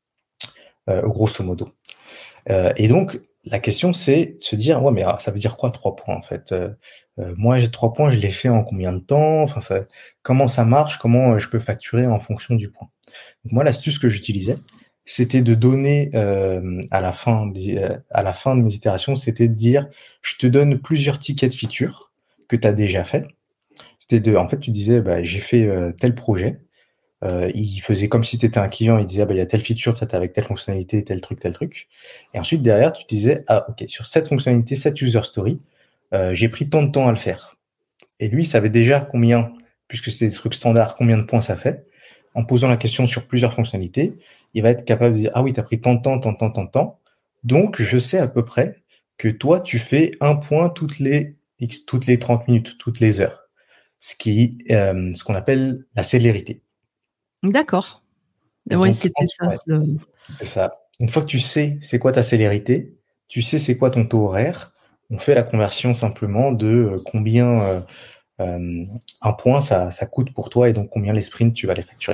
euh, grosso modo. Euh, et donc la question c'est de se dire ouais mais ça veut dire quoi trois points en fait. Euh, Euh, moi, j'ai trois points, je les fais en combien de temps? Enfin, ça, comment ça marche? Comment je peux facturer en fonction du point? Donc, moi, l'astuce que j'utilisais, c'était de donner euh, à la fin, des, euh, à la fin de mes itérations, c'était de dire, je te donne plusieurs tickets de feature que tu as déjà fait. C'était de, en fait, tu disais, bah, j'ai fait euh, tel projet. Euh, il faisait comme si tu étais un client, il disait, bah, il y a telle feature, peut-être avec telle fonctionnalité, tel truc, tel truc. Et ensuite, derrière, tu disais, ah, ok, sur cette fonctionnalité, cette user story, Euh, j'ai pris tant de temps à le faire. Et lui, il savait déjà combien, puisque c'était des trucs standards, combien de points ça fait. En posant la question sur plusieurs fonctionnalités, il va être capable de dire, ah oui, tu as pris tant de temps, tant de temps, tant de temps. Donc, je sais à peu près que toi, tu fais un point toutes les, toutes les trente minutes, toutes les heures. Ce qui, euh, ce qu'on appelle la célérité. D'accord. Oui, c'était ça. Ouais, le... C'est ça. Une fois que tu sais c'est quoi ta célérité, tu sais c'est quoi ton taux horaire, on fait la conversion simplement de euh, combien euh, euh, un point ça, ça coûte pour toi et donc combien les sprints tu vas les facturer.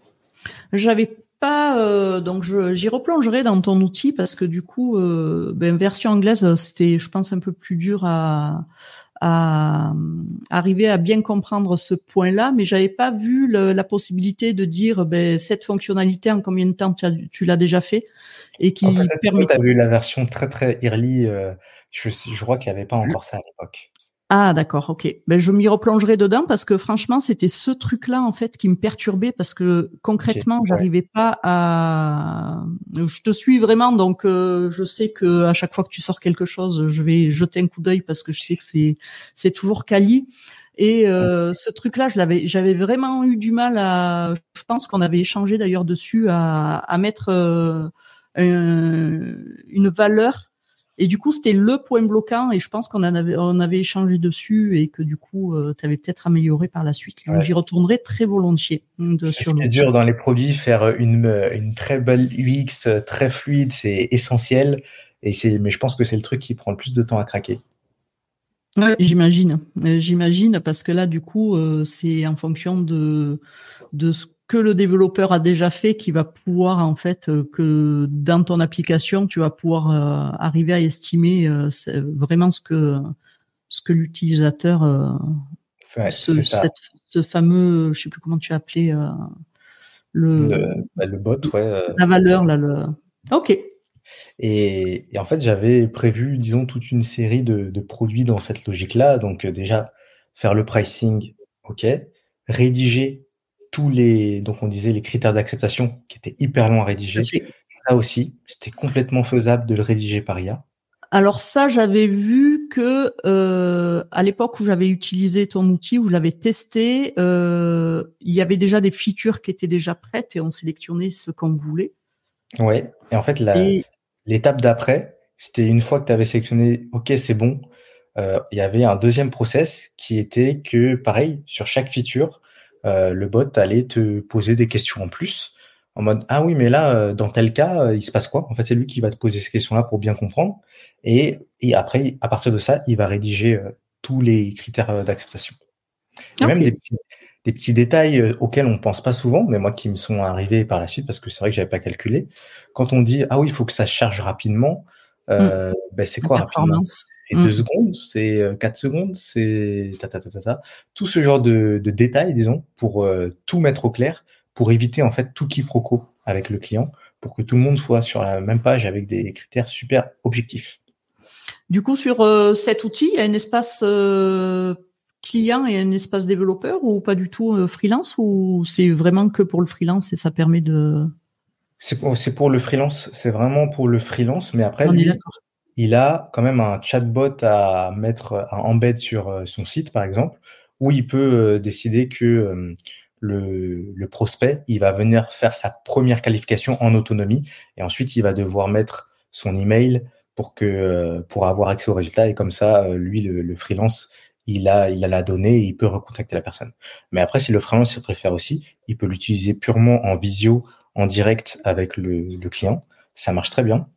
J'avais pas euh, donc je, j'y replongerai dans ton outil parce que du coup euh, ben, version anglaise c'était je pense un peu plus dur à à arriver à bien comprendre ce point-là, mais j'avais pas vu le, la possibilité de dire ben cette fonctionnalité en combien de temps tu, as, tu l'as déjà fait et qui en fait, permet. Tu as vu la version très très early. Euh, je, je crois qu'il n'y avait pas encore ça à l'époque. Ah d'accord, ok. Ben je m'y replongerai dedans parce que franchement c'était ce truc-là en fait qui me perturbait parce que concrètement okay, j'arrivais ouais. pas à. Je te suis vraiment donc euh, je sais que à chaque fois que tu sors quelque chose je vais jeter un coup d'œil parce que je sais que c'est c'est toujours quali. Et euh, ce truc-là, je l'avais, j'avais vraiment eu du mal à. Je pense qu'on avait échangé d'ailleurs dessus à, à mettre euh, un, une valeur. Et du coup, c'était le point bloquant. Et je pense qu'on en avait, on avait échangé dessus et que du coup, euh, tu avais peut-être amélioré par la suite. Donc, ouais. J'y retournerai très volontiers. De, c'est sur ce qui est dur dans les produits, faire une une très belle U X, très fluide, c'est essentiel. Et c'est, mais je pense que c'est le truc qui prend le plus de temps à craquer. Ouais, j'imagine, j'imagine, parce que là, du coup, euh, c'est en fonction de de ce que le développeur a déjà fait qui va pouvoir, en fait, euh, que dans ton application, tu vas pouvoir euh, arriver à estimer euh, vraiment ce que ce que l'utilisateur, euh, ouais, ce, c'est ça. Cette, ce fameux, je sais plus comment tu as appelé euh, le le, bah, le bot, ouais. Euh... La valeur là, le. Ok. Et, et en fait, j'avais prévu, disons, toute une série de, de produits dans cette logique-là. Donc, euh, déjà, faire le pricing, ok. Rédiger tous les, donc on disait les critères d'acceptation qui étaient hyper longs à rédiger. Ça aussi, c'était complètement faisable de le rédiger par I A. Alors ça, j'avais vu que euh, à l'époque où j'avais utilisé ton outil, où je l'avais testé, euh, il y avait déjà des features qui étaient déjà prêtes et on sélectionnait ce qu'on voulait. Ouais. Et en fait, la, et... l'étape d'après, c'était une fois que tu avais sélectionné, ok, c'est bon. Euh, il y avait un deuxième process qui était que, pareil, sur chaque feature, euh, le bot allait te poser des questions en plus, en mode ah oui, mais là, euh, dans tel cas, euh, il se passe quoi? En fait, c'est lui qui va te poser ces questions-là pour bien comprendre. Et, et après, à partir de ça, il va rédiger euh, tous les critères d'acceptation. Il y a okay. même des petits, des petits détails euh, auxquels on pense pas souvent, mais moi qui me sont arrivés par la suite parce que c'est vrai que j'avais pas calculé. Quand on dit ah oui, il faut que ça charge rapidement. Euh, mmh. ben c'est quoi rapidement? C'est mmh. deux secondes, c'est euh, quatre secondes, c'est ta ta ta ta ta. Tout ce genre de, de détails, disons, pour euh, tout mettre au clair, pour éviter en fait tout quiproquo avec le client, pour que tout le monde soit sur la même page avec des critères super objectifs. Du coup, sur euh, cet outil, il y a un espace euh, client et un espace développeur ou pas du tout euh, freelance, ou c'est vraiment que pour le freelance et ça permet de... C'est pour, c'est pour le freelance, c'est vraiment pour le freelance, mais après, On lui, il a quand même un chatbot à mettre, à embed sur son site, par exemple, où il peut décider que le, le prospect, il va venir faire sa première qualification en autonomie, et ensuite, il va devoir mettre son email pour que, pour avoir accès aux résultats, et comme ça, lui, le, le freelance, il a, il a la donnée et il peut recontacter la personne. Mais après, si le freelance il préfère aussi, il peut l'utiliser purement en visio, en direct avec le, le client, ça marche très bien.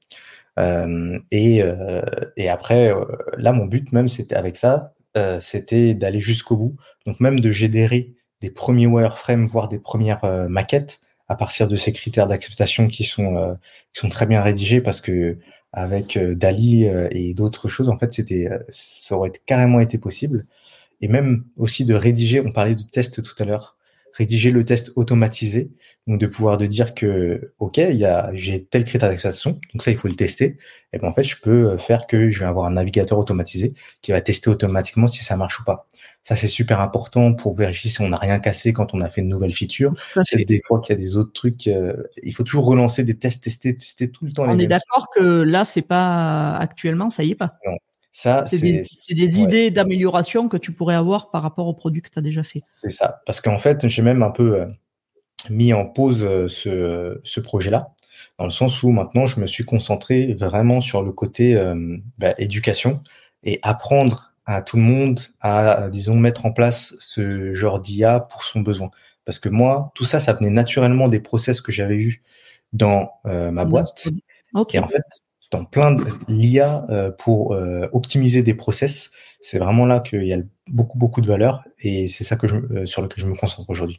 Euh, et, euh, et après, euh, là, mon but même, c'était avec ça, euh, c'était d'aller jusqu'au bout. Donc même de générer des premiers wireframes, voire des premières euh, maquettes à partir de ces critères d'acceptation qui sont euh, qui sont très bien rédigés parce que avec euh, Dali euh, et d'autres choses, en fait, c'était ça aurait carrément été possible. Et même aussi de rédiger. On parlait de test tout à l'heure. Rédiger le test automatisé, donc de pouvoir de dire que ok, il y a j'ai tel critère d'acceptation, donc ça il faut le tester. Et ben en fait je peux faire que je vais avoir un navigateur automatisé qui va tester automatiquement si ça marche ou pas. Ça c'est super important pour vérifier si on n'a rien cassé quand on a fait une nouvelle feature. Peut-être des fois qu'il y a des autres trucs, euh, il faut toujours relancer des tests, tester, tester tout le temps. On les est d'accord trucs. Que là c'est pas actuellement, ça y est pas. Non. Ça, c'est, c'est des, c'est des ouais. idées d'amélioration que tu pourrais avoir par rapport au produit que tu as déjà fait. C'est ça. Parce qu'en fait, j'ai même un peu euh, mis en pause euh, ce, ce projet-là, dans le sens où maintenant, je me suis concentré vraiment sur le côté euh, bah, éducation et apprendre à tout le monde à, disons, mettre en place ce genre d'I A pour son besoin. Parce que moi, tout ça, ça venait naturellement des process que j'avais eus dans euh, ma boîte. Okay. Et en fait, dans plein de l'I A euh, pour euh, optimiser des process, c'est vraiment là qu'il y a beaucoup beaucoup de valeur et c'est ça que je, euh, sur lequel je me concentre aujourd'hui.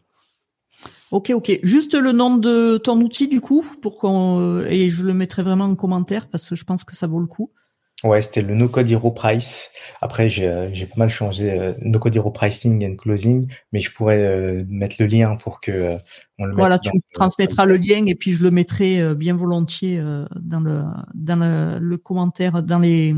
Ok, ok. Juste le nom de ton outil du coup pour qu'on euh, et je le mettrai vraiment en commentaire parce que je pense que ça vaut le coup. Ouais, c'était le No Code Hero Price. Après, j'ai j'ai pas mal changé euh, No Code Hero Pricing and Closing, mais je pourrais euh, mettre le lien pour que euh, on le mette. Voilà, tu me transmettras le lien et puis je le mettrai euh, bien volontiers euh, dans le dans le, le commentaire, dans les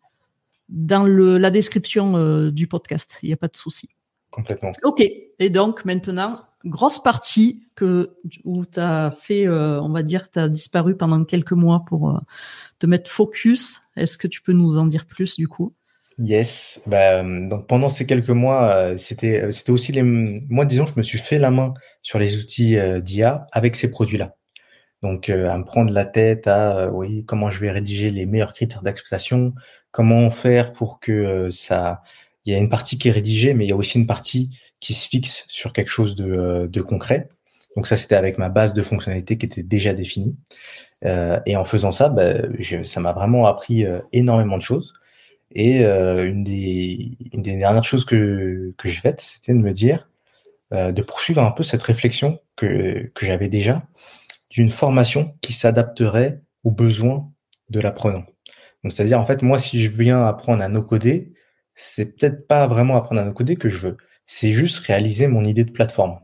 dans le la description euh, du podcast. Il n'y a pas de souci. Complètement. Ok. Et donc maintenant, grosse partie que où tu as fait, euh, on va dire, tu as disparu pendant quelques mois pour euh, te mettre focus. Est-ce que tu peux nous en dire plus du coup? Yes. Bah, euh, donc pendant ces quelques mois, euh, c'était euh, c'était aussi les moi disons je me suis fait la main sur les outils euh, d'I A avec ces produits-là. Donc euh, à me prendre la tête à euh, oui comment je vais rédiger les meilleurs critères d'exploitation, comment faire pour que euh, ça il y a une partie qui est rédigée mais il y a aussi une partie qui se fixe sur quelque chose de euh, de concret. Donc ça c'était avec ma base de fonctionnalités qui était déjà définie. Euh, et en faisant ça, bah, je- ça m'a vraiment appris euh, énormément de choses. Et euh, une des une des dernières choses que que j'ai faites, c'était de me dire euh, de poursuivre un peu cette réflexion que que j'avais déjà d'une formation qui s'adapterait aux besoins de l'apprenant. Donc c'est-à-dire en fait moi si je viens apprendre à no-coder, c'est peut-être pas vraiment apprendre à no-coder que je veux, c'est juste réaliser mon idée de plateforme.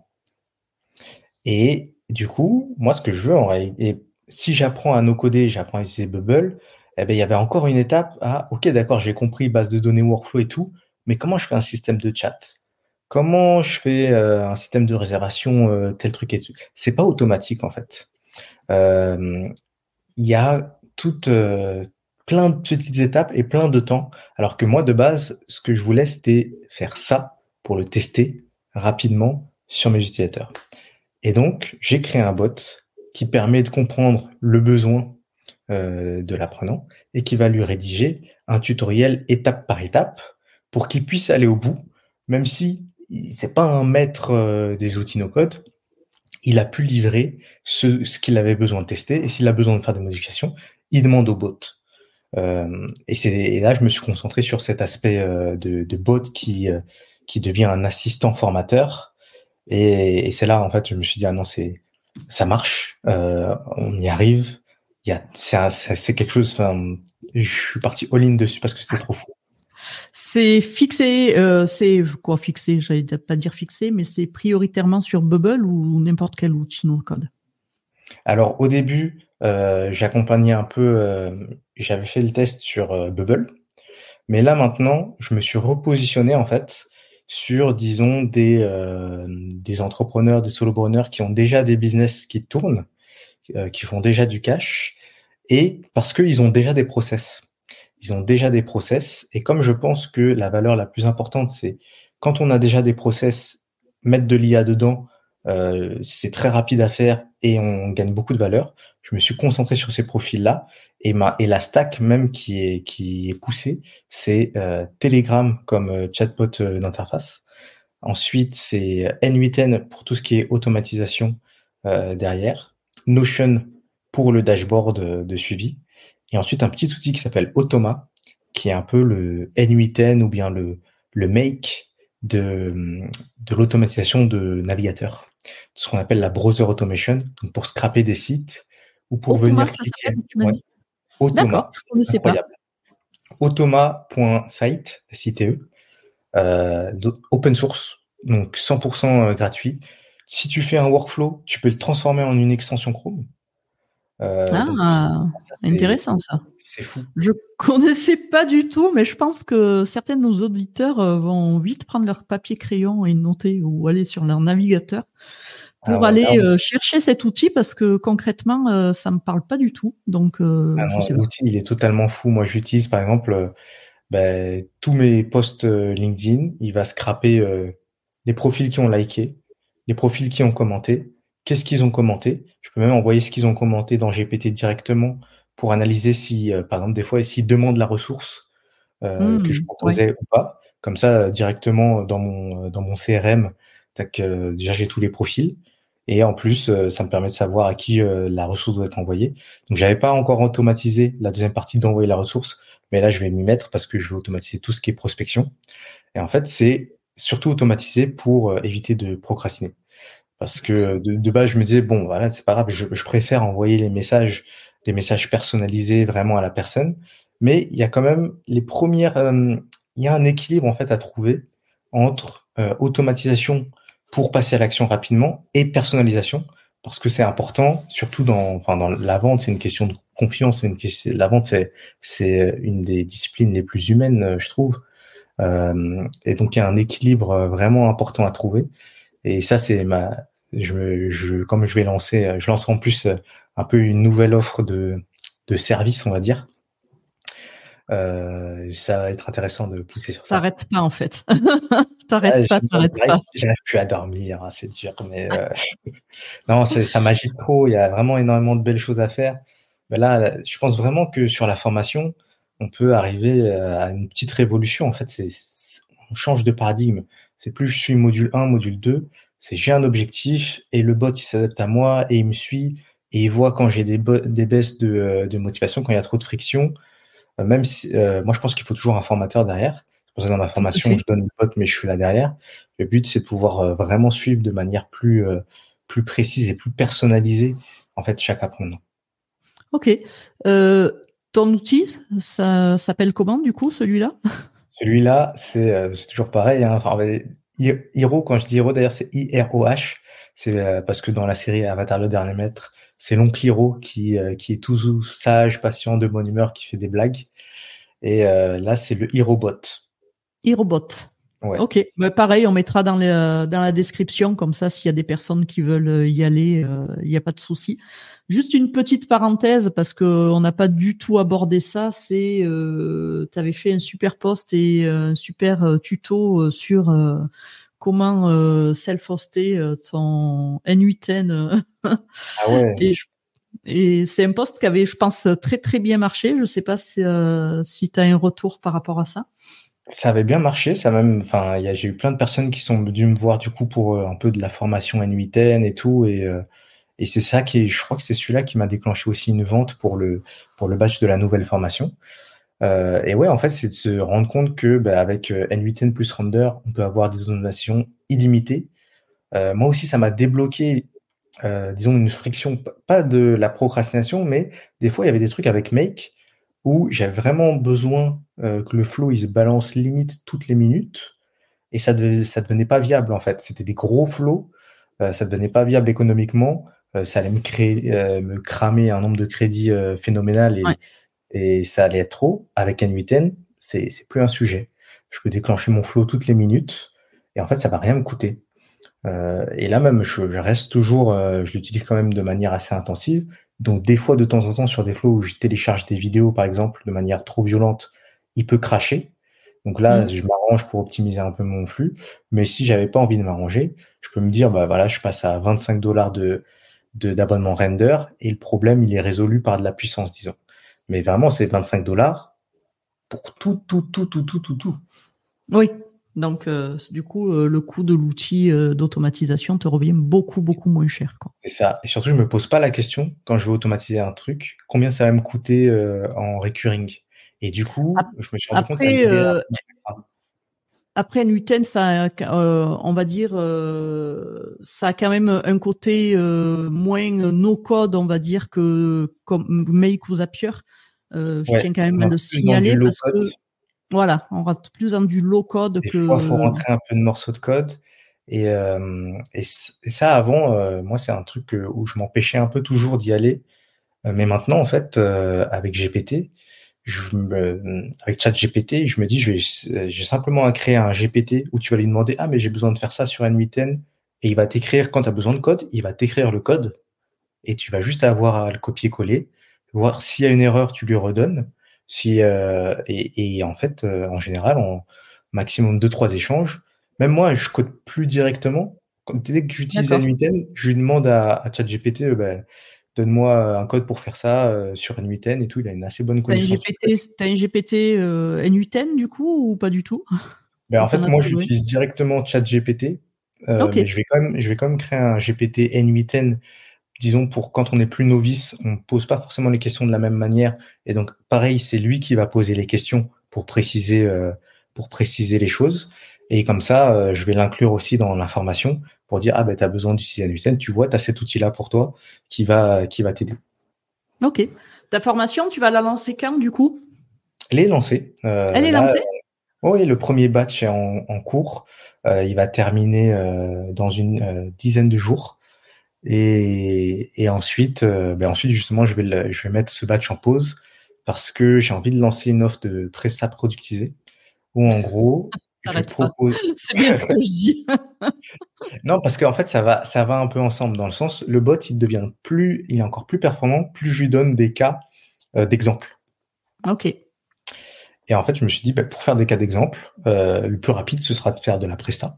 Et du coup, moi, ce que je veux en réalité, si j'apprends à no-coder, j'apprends à utiliser Bubble, eh ben, il y avait encore une étape à, ok, d'accord, j'ai compris base de données, workflow et tout, mais comment je fais un système de chat? Comment je fais euh, un système de réservation, euh, tel truc et tout? C'est pas automatique en fait. Euh, Il y a toutes euh, plein de petites étapes et plein de temps. Alors que moi, de base, ce que je voulais, c'était faire ça pour le tester rapidement sur mes utilisateurs. Et donc, j'ai créé un bot qui permet de comprendre le besoin euh, de l'apprenant et qui va lui rédiger un tutoriel étape par étape pour qu'il puisse aller au bout, même si c'est pas un maître euh, des outils no-code, il a pu livrer ce, ce qu'il avait besoin de tester et s'il a besoin de faire des modifications, il demande au bot. Euh, et, c'est, et là, je me suis concentré sur cet aspect euh, de, de bot qui, euh, qui devient un assistant formateur. Et, et c'est là, en fait, je me suis dit, ah non, c'est, ça marche, euh, on y arrive. Il y a, c'est, un, c'est, c'est quelque chose, enfin, je suis parti all-in dessus parce que c'était trop fou. C'est fixé, euh, c'est quoi fixé? J'allais pas dire fixé, mais c'est prioritairement sur Bubble ou n'importe quel outil no-code. Alors, au début, euh, j'accompagnais un peu, euh, j'avais fait le test sur euh, Bubble. Mais là, maintenant, je me suis repositionné, en fait, sur, disons, des, euh, des entrepreneurs, des solopreneurs qui ont déjà des business qui tournent, euh, qui font déjà du cash, et parce qu'ils ont déjà des process. Ils ont déjà des process, et comme je pense que la valeur la plus importante, c'est quand on a déjà des process, mettre de l'I A dedans, euh, c'est très rapide à faire et on gagne beaucoup de valeur. Je me suis concentré sur ces profils-là, et ma et la stack même qui est qui est poussée, c'est euh, Telegram comme euh, chatbot euh, d'interface. Ensuite, c'est N huit N pour tout ce qui est automatisation euh, derrière, Notion pour le dashboard de, de suivi, et ensuite un petit outil qui s'appelle Automa, qui est un peu le N huit N ou bien le le make de de l'automatisation de navigateurs, ce qu'on appelle la browser automation, donc pour scraper des sites ou pour Automa, venir ça cliquer. s'appelle, tu m'as Ouais. dit. Automa, D'accord, je c'est connaissais pas. incroyable. Automa point site, S I T E, euh, open source, donc cent pour cent gratuit. Si tu fais un workflow, tu peux le transformer en une extension Chrome. Euh, Ah, donc ça, c'est, intéressant ça. c'est fou. Je connaissais pas du tout, mais je pense que certains de nos auditeurs euh, vont vite prendre leur papier crayon et noter ou aller sur leur navigateur pour Ah ouais, aller ah ouais. euh, chercher cet outil parce que concrètement, euh, ça me parle pas du tout. Donc, euh, Ah je non, sais pas. l'outil, il est totalement fou. Moi, j'utilise par exemple euh, ben, tous mes posts euh, LinkedIn. Il va scraper euh, les profils qui ont liké, les profils qui ont commenté, qu'est-ce qu'ils ont commenté. Je peux même envoyer ce qu'ils ont commenté dans G P T directement pour analyser si, euh, par exemple, des fois, s'ils demandent la ressource euh, que je Mmh, ouais. proposais ou pas. Comme ça, euh, directement dans mon dans mon C R M, tac, euh, déjà j'ai tous les profils. Et en plus, euh, ça me permet de savoir à qui euh, la ressource doit être envoyée. Donc, j'avais pas encore automatisé la deuxième partie d'envoyer la ressource, mais là, je vais m'y mettre parce que je vais automatiser tout ce qui est prospection. Et en fait, c'est surtout automatisé pour euh, éviter de procrastiner. Parce que de, de base, je me disais bon, voilà, c'est pas grave, je, je préfère envoyer les messages, des messages personnalisés vraiment à la personne. Mais il y a quand même les premières, euh, il y a un équilibre en fait à trouver entre euh, automatisation pour passer à l'action rapidement et personnalisation, parce que c'est important, surtout dans, enfin dans la vente, c'est une question de confiance, c'est une question, la vente c'est c'est une des disciplines les plus humaines, je trouve. Euh, et donc il y a un équilibre vraiment important à trouver. Et ça c'est ma, je, me, je comme je vais lancer, je lance en plus un peu une nouvelle offre de de service, on va dire. Euh, ça va être intéressant de pousser sur ça. T'arrêtes pas en fait. T'arrêtes Ouais, pas, t'arrêtes pas. J'arrive plus à dormir, hein, c'est dur. Mais euh... non, c'est, ça m'agite trop. Il y a vraiment énormément de belles choses à faire. Mais là, là, je pense vraiment que sur la formation, on peut arriver à une petite révolution. En fait, c'est, c'est on change de paradigme. C'est plus je suis module un, module deux. C'est j'ai un objectif et le bot il s'adapte à moi et il me suit et il voit quand j'ai des, bo- des baisses de, de motivation, quand il y a trop de friction. Euh, même si, euh, moi je pense qu'il faut toujours un formateur derrière. C'est pour ça que dans ma formation je donne le bot mais je suis là derrière. Le but c'est de pouvoir euh, vraiment suivre de manière plus euh, plus précise et plus personnalisée en fait chaque apprenant. Ok. Euh, ton outil, ça s'appelle comment du coup celui-là? Celui-là c'est euh, c'est toujours pareil. Hein. Enfin, Hiro, quand je dis Hiro, d'ailleurs, c'est I R O H. C'est euh, parce que dans la série Avatar le dernier maître, c'est l'oncle Hiro qui euh, qui est tout sage, patient, de bonne humeur, qui fait des blagues. Et euh, là, c'est le HiroBot. HiroBot. Ouais. Ok. Bah, pareil, on mettra dans, les, dans la description, comme ça, s'il y a des personnes qui veulent y aller, il n'y a pas de souci. Juste une petite parenthèse, parce que on n'a pas du tout abordé ça. C'est, euh, tu avais fait un super post et un super tuto sur euh, comment euh, self-hoster ton N huit N. Ah ouais. Et, je, et c'est un post qui avait, je pense, très très bien marché. Je sais pas si, euh, si tu as un retour par rapport à ça. Ça avait bien marché, ça même, enfin, il y a, j'ai eu plein de personnes qui sont venues me voir du coup pour euh, un peu de la formation N huit N et tout, et euh, et c'est ça qui est, je crois que c'est celui-là qui m'a déclenché aussi une vente pour le pour le batch de la nouvelle formation. Euh, et ouais, en fait, c'est de se rendre compte que bah, avec euh, N huit N plus Render, on peut avoir des automations illimitées. Euh, moi aussi, ça m'a débloqué, euh, disons, une friction, pas de la procrastination, mais des fois, il y avait des trucs avec Make où j'avais vraiment besoin euh, que le flow il se balance limite toutes les minutes et ça devenait, ça devenait pas viable en fait. C'était des gros flows, euh, ça devenait pas viable économiquement, euh, ça allait me créer, euh, me cramer un nombre de crédits euh, phénoménal et, ouais. et ça allait être trop. Avec N huit N, c'est c'est plus un sujet. Je peux déclencher mon flow toutes les minutes et en fait ça va rien me coûter. Euh, et là même, je, je reste toujours, euh, je l'utilise quand même de manière assez intensive. Donc des fois, de temps en temps, sur des flows où je télécharge des vidéos, par exemple, de manière trop violente, il peut cracher. Donc là, mmh. je m'arrange pour optimiser un peu mon flux. Mais si j'avais pas envie de m'arranger, je peux me dire, bah voilà, je passe à vingt-cinq dollars de, de, d'abonnement render et le problème, il est résolu par de la puissance, disons. Mais vraiment, c'est vingt-cinq dollars pour tout, tout, tout, tout, tout, tout, tout. Oui. Donc, euh, du coup, euh, le coût de l'outil euh, d'automatisation te revient beaucoup, beaucoup moins cher, quoi. C'est ça. Et surtout, je me pose pas la question, quand je vais automatiser un truc, combien ça va me coûter euh, en recurring. Et du coup, après, je me suis rendu après, compte que ça libère... euh, après, N huit N, ça, euh, on va dire, euh, ça a quand même un côté euh, moins no-code, on va dire, que comme Make ou Zapier. Euh, je ouais, tiens quand même à le signaler parce que... Voilà, on rentre plus dans du low code Des que. Des fois, il faut rentrer un peu de morceaux de code. Et, euh, et, et ça, avant, euh, moi, c'est un truc où je m'empêchais un peu toujours d'y aller. Mais maintenant, en fait, euh, avec G P T, je me, avec ChatGPT, je me dis, je vais, j'ai simplement à créer un G P T où tu vas lui demander, ah, mais j'ai besoin de faire ça sur N huit N. Et il va t'écrire, quand tu as besoin de code, il va t'écrire le code. Et tu vas juste avoir à le copier-coller, voir s'il y a une erreur, tu lui redonnes. Si euh, et, et en fait, euh, en général, en maximum deux trois échanges. Même moi, je code plus directement. Dès que j'utilise N huit N, je lui demande à, à ChatGPT, euh, bah, donne-moi un code pour faire ça euh, sur N huit N et tout. Il a une assez bonne connaissance. T'as un G P T, t'as un G P T euh, N huit N du coup ou pas du tout? Ben en fait, moi, j'utilise directement ChatGPT, euh, okay. mais je vais quand même, je vais quand même créer un G P T N huit N. Disons, pour quand on est plus novice, on pose pas forcément les questions de la même manière. Et donc, pareil, c'est lui qui va poser les questions pour préciser, euh, pour préciser les choses. Et comme ça, euh, je vais l'inclure aussi dans l'information pour dire, ah ben, tu as besoin d'utiliser N huit N, tu vois, tu as cet outil-là pour toi qui va, qui va t'aider. Ok. Ta formation, tu vas la lancer quand, du coup? Elle est lancée. Euh, Elle est là, lancée? euh, oui, le premier batch est en, en cours. Euh, il va terminer euh, dans une euh, dizaine de jours. Et, et ensuite, euh, ben ensuite justement, je vais le, je vais mettre ce batch en pause parce que j'ai envie de lancer une offre de prestat productisé où en gros, je propose. C'est bien ce que je dis. Non, parce qu'en fait, ça va, ça va un peu ensemble dans le sens, le bot, il devient plus, il est encore plus performant, plus je lui donne des cas euh, d'exemple. Ok. Et en fait, je me suis dit, bah, pour faire des cas d'exemple, euh, le plus rapide, ce sera de faire de la presta.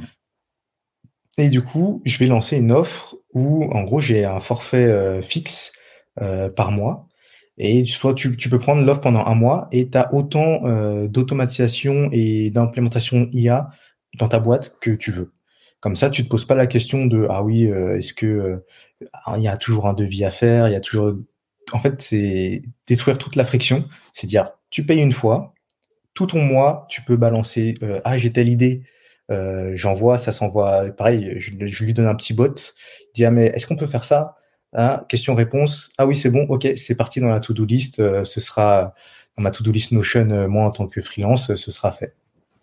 Et du coup, je vais lancer une offre où, en gros, j'ai un forfait euh, fixe euh, par mois. Et soit tu, tu peux prendre l'offre pendant un mois et tu as autant euh, d'automatisation et d'implémentation I A dans ta boîte que tu veux. Comme ça, tu te poses pas la question de ah oui, euh, est-ce que euh, il y a toujours un devis à faire, il y a toujours. En fait, c'est détruire toute la friction. C'est dire tu payes une fois, tout ton mois, tu peux balancer euh, ah j'ai telle idée, euh, j'envoie, ça s'envoie. Pareil, je, je lui donne un petit bot, il dit ah mais est-ce qu'on peut faire ça? Ah, question-réponse. Ah oui, c'est bon. Ok, c'est parti dans la to-do list. Euh, ce sera dans ma to-do list Notion. Euh, moi, en tant que freelance, euh, ce sera fait.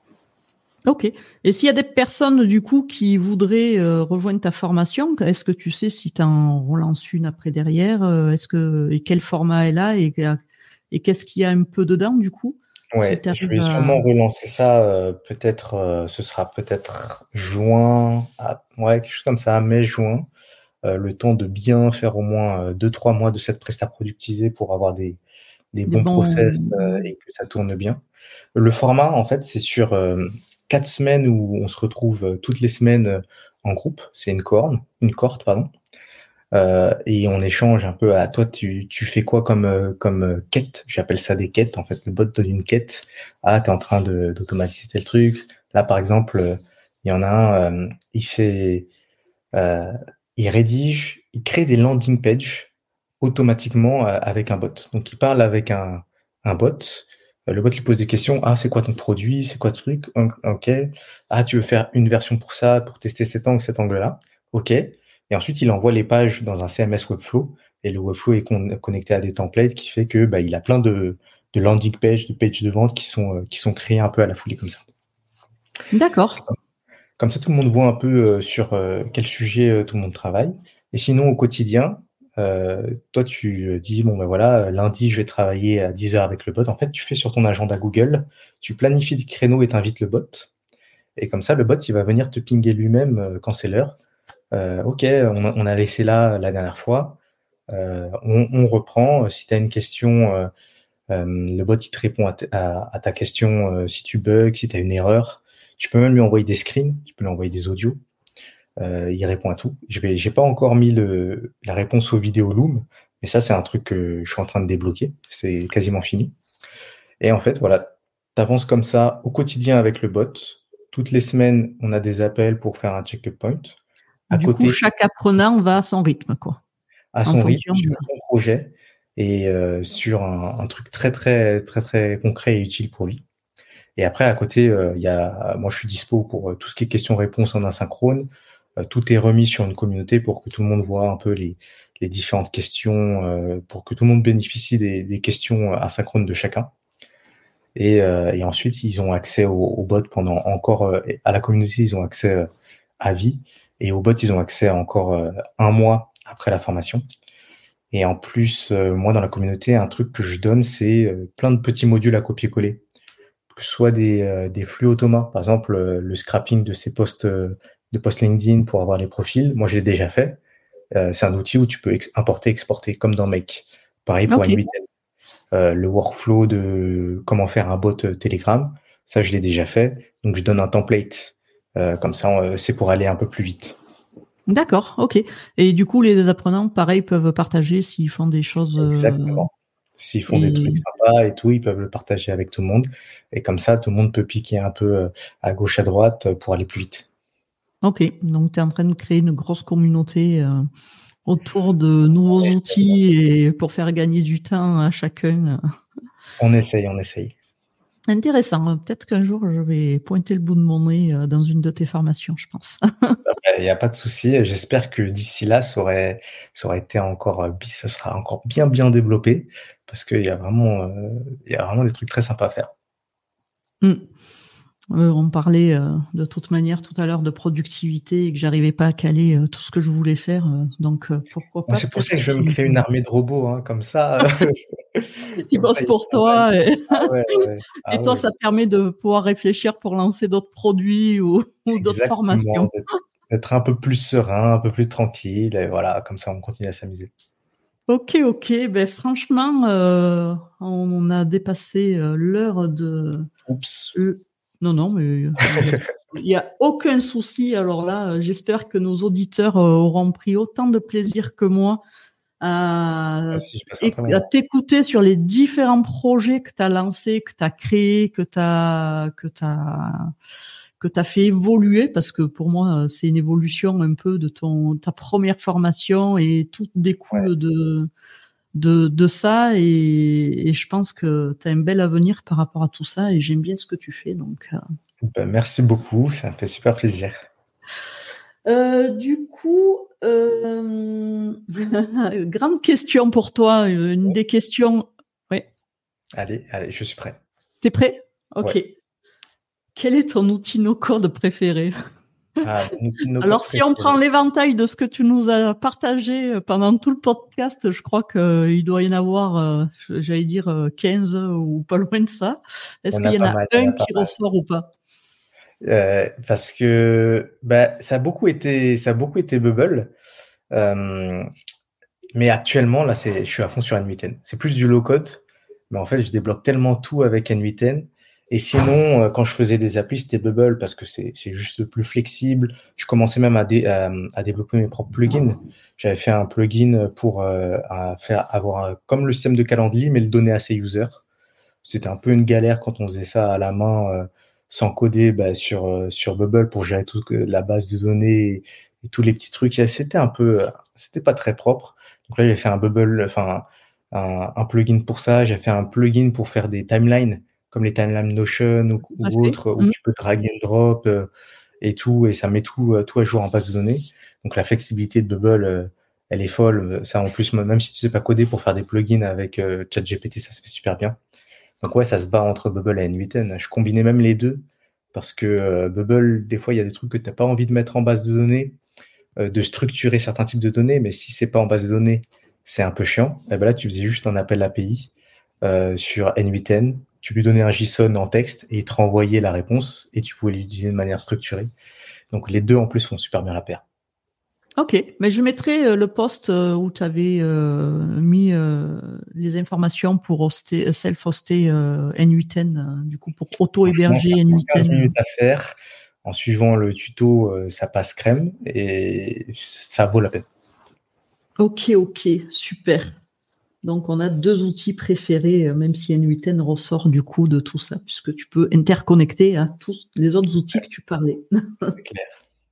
Ok. Et s'il y a des personnes du coup qui voudraient euh, rejoindre ta formation, est-ce que tu sais si tu en relances une après derrière? euh, Est-ce que et quel format elle a et, et qu'est-ce qu'il y a un peu dedans du coup? Ouais, Si je vais à... sûrement relancer ça. Euh, peut-être, euh, ce sera peut-être juin. Ah, ouais, quelque chose comme ça, mai-juin. Euh, le temps de bien faire au moins euh, deux trois mois de cette presta productisée pour avoir des des, des bons, bons process euh, et que ça tourne bien. Le format, en fait, c'est sur euh, quatre semaines où on se retrouve euh, toutes les semaines euh, en groupe. C'est une cohorte, une cohorte, pardon. Euh, et on échange un peu à toi, tu, tu fais quoi comme, euh, comme euh, quête? J'appelle ça des quêtes. En fait, le bot donne une quête. Ah, t'es en train de, d'automatiser tel truc. Là, par exemple, euh, il y en a un, euh, il fait, euh, il rédige, il crée des landing pages automatiquement euh, avec un bot. Donc, il parle avec un, un bot. Euh, le bot lui pose des questions. Ah, c'est quoi ton produit? C'est quoi ce truc? Ok. Ah, tu veux faire une version pour ça, pour tester cet angle, cet angle-là? Ok. Et ensuite, il envoie les pages dans un C M S Webflow. Et le Webflow est con- connecté à des templates qui fait que bah, il a plein de, de landing pages, de pages de vente qui sont, euh, qui sont créés un peu à la foulée comme ça. D'accord. Comme ça, tout le monde voit un peu euh, sur euh, quel sujet euh, tout le monde travaille. Et sinon, au quotidien, euh, toi, tu dis, bon, ben voilà, lundi, je vais travailler à dix heures avec le bot. En fait, tu fais sur ton agenda Google, tu planifies des créneaux et t'invites le bot. Et comme ça, le bot, il va venir te pinguer lui-même euh, quand c'est l'heure. Euh, ok, on a, on a laissé là la dernière fois. Euh, on, on reprend. Si tu as une question, euh, euh, le bot, il te répond à, t- à, à ta question euh, si tu bugs, si tu as une erreur. Tu peux même lui envoyer des screens, tu peux lui envoyer des audios. Euh, il répond à tout. Je vais, j'ai pas encore mis le, la réponse aux vidéos Loom, mais ça, c'est un truc que je suis en train de débloquer. C'est quasiment fini. Et en fait, voilà, t'avances comme ça au quotidien avec le bot. Toutes les semaines, on a des appels pour faire un check-point. À du côté, coup, chaque apprenant va à son rythme, quoi. À son rythme, sur son projet et euh, sur un, un truc très, très, très, très concret et utile pour lui. Et après, à côté, euh, il y a, moi, je suis dispo pour euh, tout ce qui est questions-réponses en asynchrone. Euh, tout est remis sur une communauté pour que tout le monde voit un peu les, les différentes questions, euh, pour que tout le monde bénéficie des, des questions asynchrones de chacun. Et, euh, et ensuite, ils ont accès au, au bot pendant encore, euh, à la communauté, ils ont accès euh, à vie. Et au bot, ils ont accès à encore euh, un mois après la formation. Et en plus, euh, moi, dans la communauté, un truc que je donne, c'est euh, plein de petits modules à copier-coller. Que ce soit des, euh, des flux automas, par exemple, euh, le scrapping de ces posts, euh, de posts LinkedIn pour avoir les profils. Moi, je l'ai déjà fait. Euh, c'est un outil où tu peux ex- importer, exporter, comme dans Make. Pareil pour okay. M huit N. Euh, le workflow de comment faire un bot Telegram, ça, je l'ai déjà fait. Donc, je donne un template. Euh, comme ça, euh, c'est pour aller un peu plus vite. D'accord, ok. Et du coup, les apprenants, pareil, peuvent partager s'ils font des choses. Exactement. S'ils font et... des trucs sympas et tout, ils peuvent le partager avec tout le monde. Et comme ça, tout le monde peut piquer un peu à gauche, à droite pour aller plus vite. Ok, donc tu es en train de créer une grosse communauté euh, autour de nouveaux on outils essaye. Et pour faire gagner du temps à chacun. On essaye, on essaye. Intéressant. Peut-être qu'un jour, je vais pointer le bout de mon nez dans une de tes formations, je pense. Il n'y a pas de souci. J'espère que d'ici là, ça aurait, ça aurait été encore, ça sera encore bien, bien développé parce qu'il y a vraiment, euh, il y a vraiment des trucs très sympas à faire. Mm. Euh, on parlait euh, de toute manière tout à l'heure de productivité et que j'arrivais pas à caler euh, tout ce que je voulais faire. Euh, donc euh, pourquoi pas. C'est pour ça que je vais me créer une armée de robots, hein, comme ça. Ils bossent pour toi. Et, ah ouais, ouais. Ah et toi, ouais. ça te permet de pouvoir réfléchir pour lancer d'autres produits ou, ou d'autres formations. D'être un peu plus serein, un peu plus tranquille. Et voilà, comme ça, on continue à s'amuser. Ok, ok. Ben franchement, euh, on a dépassé euh, l'heure de. Oups. Euh, non, non, mais il y a aucun souci. Alors là, j'espère que nos auditeurs euh, auront pris autant de plaisir que moi à, Ah, si, je passe un très bon à moment. t'écouter sur les différents projets que tu as lancés, que tu as créés, que tu as que tu as que tu as fait évoluer, parce que pour moi, c'est une évolution un peu de ton ta première formation et tout découle Ouais. de de de ça, et, et je pense que tu as un bel avenir par rapport à tout ça, et j'aime bien ce que tu fais, donc euh... Ben, merci beaucoup, ça me fait super plaisir. Euh, du coup, euh... grande question pour toi, une des questions. Oui. Allez, allez, je suis prêt. T'es prêt? Ok. Ouais. Quel est ton outil no-code préféré? Ah, mon outil no-code Alors, si on préféré. prend l'éventail de ce que tu nous as partagé pendant tout le podcast, je crois qu'il doit y en avoir, euh, j'allais dire, quinze ou pas loin de ça. Est-ce qu'il y en a mal, un a qui ressort ou pas? Euh, parce que bah, ça a beaucoup été, ça a beaucoup été Bubble. Euh, mais actuellement, là, c'est, je suis à fond sur N huit N. C'est plus du low-code, mais en fait, je débloque tellement tout avec N huit N. Et sinon, euh, quand je faisais des applis, c'était Bubble parce que c'est, c'est juste plus flexible. Je commençais même à, dé, à, à développer mes propres plugins. J'avais fait un plugin pour euh, à faire avoir un, comme le système de calendrier, mais le donner à ses users. C'était un peu une galère quand on faisait ça à la main, euh, sans coder, bah, sur euh, sur Bubble pour gérer toute la base de données et, et tous les petits trucs. C'était un peu, c'était pas très propre. Donc là, j'ai fait un Bubble, enfin un, un plugin pour ça. J'ai fait un plugin pour faire des timelines, comme les timelines Notion ou, ou autres, où mmh. tu peux drag and drop euh, et tout, et ça met tout, tout à jour en base de données. Donc la flexibilité de Bubble, euh, elle est folle. Ça, en plus, même si tu sais pas coder, pour faire des plugins avec euh, ChatGPT, ça se fait super bien. Donc ouais, ça se bat entre Bubble et N huit N. Je combinais même les deux parce que euh, Bubble, des fois, il y a des trucs que t'as pas envie de mettre en base de données, euh, de structurer certains types de données, mais si c'est pas en base de données, c'est un peu chiant. Et ben là, tu faisais juste un appel A P I euh, sur N huit N, tu lui donnais un JSON en texte et il te renvoyait la réponse et tu pouvais l'utiliser de manière structurée. Donc les deux en plus font super bien la paire. Ok, mais je mettrai le post où tu avais euh, mis euh, les informations pour hoster, self-hoster euh, N huit N, euh, du coup pour auto-héberger N huit N. quinze minutes à faire. En suivant le tuto, euh, ça passe crème et ça vaut la peine. Ok, ok, super. Donc on a deux outils préférés, même si N huit N ressort du coup de tout ça, puisque tu peux interconnecter à tous les autres outils que tu parlais. C'est clair.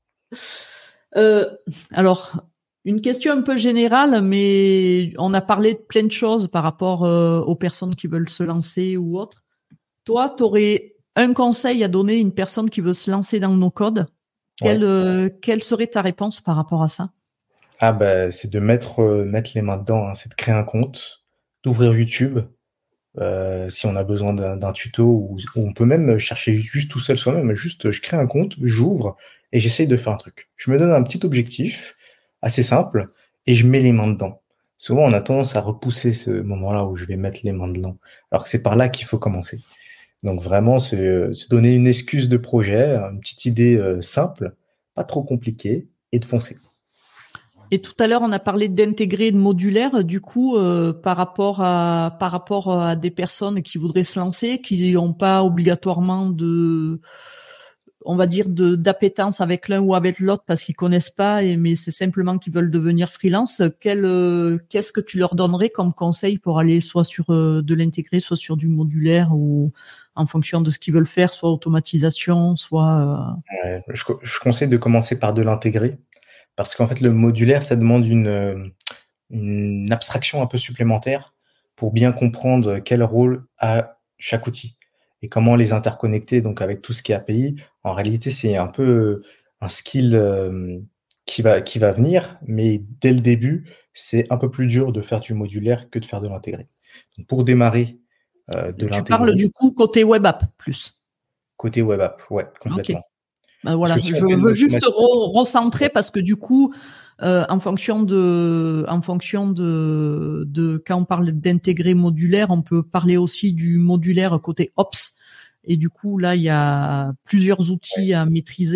Euh, alors, une question un peu générale, mais on a parlé de plein de choses par rapport euh, aux personnes qui veulent se lancer ou autre. Toi, tu aurais un conseil à donner à une personne qui veut se lancer dans nos codes. Quelle, ouais. euh, quelle serait ta réponse par rapport à ça? Ah bah, c'est de mettre, euh, mettre les mains dedans, hein. C'est de créer un compte, d'ouvrir YouTube, euh, si on a besoin d'un, d'un tuto, ou, ou on peut même chercher juste tout seul soi-même, juste je crée un compte, j'ouvre et j'essaye de faire un truc. Je me donne un petit objectif assez simple et je mets les mains dedans. Souvent, on a tendance à repousser ce moment-là où je vais mettre les mains dedans, alors que c'est par là qu'il faut commencer. Donc vraiment, c'est se donner une excuse de projet, une petite idée euh, simple, pas trop compliquée, et de foncer. Et tout à l'heure, on a parlé d'intégrer et de modulaire. Du coup, euh, par rapport à par rapport à des personnes qui voudraient se lancer, qui n'ont pas obligatoirement de, on va dire, de d'appétence avec l'un ou avec l'autre parce qu'ils connaissent pas, et mais c'est simplement qu'ils veulent devenir freelance. Quel euh, qu'est-ce que tu leur donnerais comme conseil pour aller soit sur euh, de l'intégrer, soit sur du modulaire, ou en fonction de ce qu'ils veulent faire, soit automatisation, soit. Euh... Ouais, je, je conseille de commencer par de l'intégrer. Parce qu'en fait, le modulaire, ça demande une, une abstraction un peu supplémentaire pour bien comprendre quel rôle a chaque outil et comment les interconnecter. Donc, avec tout ce qui est A P I, en réalité, c'est un peu un skill euh, qui va, qui va venir, mais dès le début, c'est un peu plus dur de faire du modulaire que de faire de l'intégré. Donc, pour démarrer euh, de l'intégrer. Tu parles du coup côté web app plus. Côté web app, ouais, complètement. Okay. Ben voilà, si je veux juste re- recentrer ouais. Parce que du coup, euh, en fonction de, en fonction de, de quand on parle d'intégrer modulaire, on peut parler aussi du modulaire côté ops. Et du coup, là, il y a plusieurs outils ouais. à maîtriser.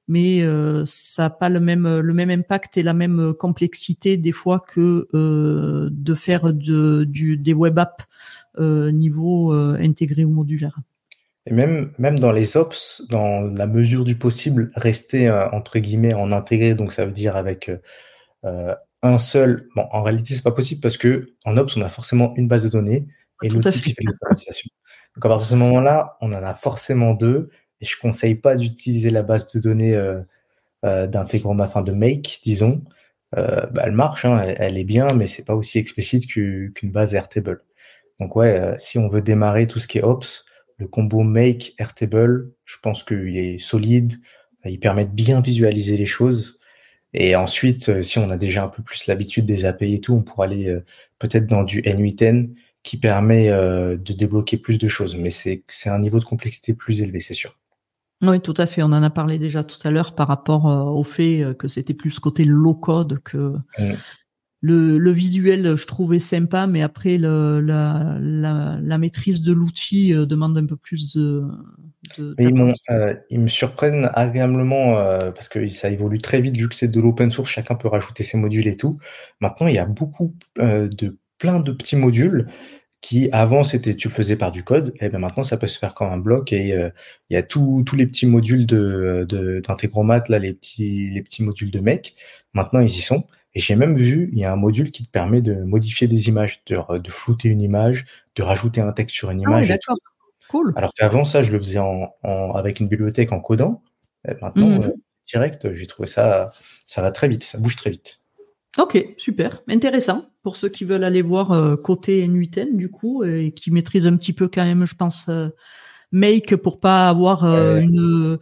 mais euh, ça n'a pas le même le même impact et la même complexité des fois que euh, de faire de, du, des web apps euh, niveau euh, intégré ou modulaire. Et même, même dans les ops, dans la mesure du possible, rester euh, entre guillemets en intégré, donc ça veut dire avec euh, un seul. Bon, en réalité, c'est pas possible parce que en ops, on a forcément une base de données et Tout à l'outil fait. qui fait l'automatisation. Donc à partir de ce moment-là, on en a forcément deux, et je conseille pas d'utiliser la base de données euh, euh, d'Integroma, enfin de Make, disons. Euh, bah, elle marche, hein, elle, elle est bien, mais c'est pas aussi explicite qu'u- qu'une base Airtable. Donc ouais, euh, si on veut démarrer tout ce qui est ops, le combo Make Airtable, je pense qu'il est solide, il permet de bien visualiser les choses. Et ensuite, euh, si on a déjà un peu plus l'habitude des A P I et tout, on pourra aller euh, peut-être dans du N huit N qui permet euh, de débloquer plus de choses. Mais c'est c'est un niveau de complexité plus élevé, c'est sûr. Oui, tout à fait. On en a parlé déjà tout à l'heure par rapport euh, au fait que c'était plus côté low code que Mm. le, le visuel, je trouvais sympa, mais après le, la, la, la maîtrise de l'outil euh, demande un peu plus de. de Mais ils m'ont, d'apprentissage. euh, ils me surprennent agréablement euh, parce que ça évolue très vite vu que c'est de l'open source, chacun peut rajouter ses modules et tout. Maintenant, il y a beaucoup euh, de plein de petits modules qui avant c'était tu le faisais par du code, et ben maintenant ça peut se faire comme un bloc et euh, il y a tous tous les petits modules de de d'Integromat là, les petits les petits modules de mec. Maintenant ils y sont. Et j'ai même vu, il y a un module qui te permet de modifier des images, de, de flouter une image, de rajouter un texte sur une Ah oui, image et tout. d'accord. Cool. Alors qu'avant ça, je le faisais en, en avec une bibliothèque en codant. Et maintenant, Mhm. euh, direct, j'ai trouvé ça, ça va très vite, ça bouge très vite. Ok, super, intéressant pour ceux qui veulent aller voir euh, côté N huit N du coup et qui maîtrisent un petit peu quand même, je pense, euh, Make pour pas avoir euh, Ouais. une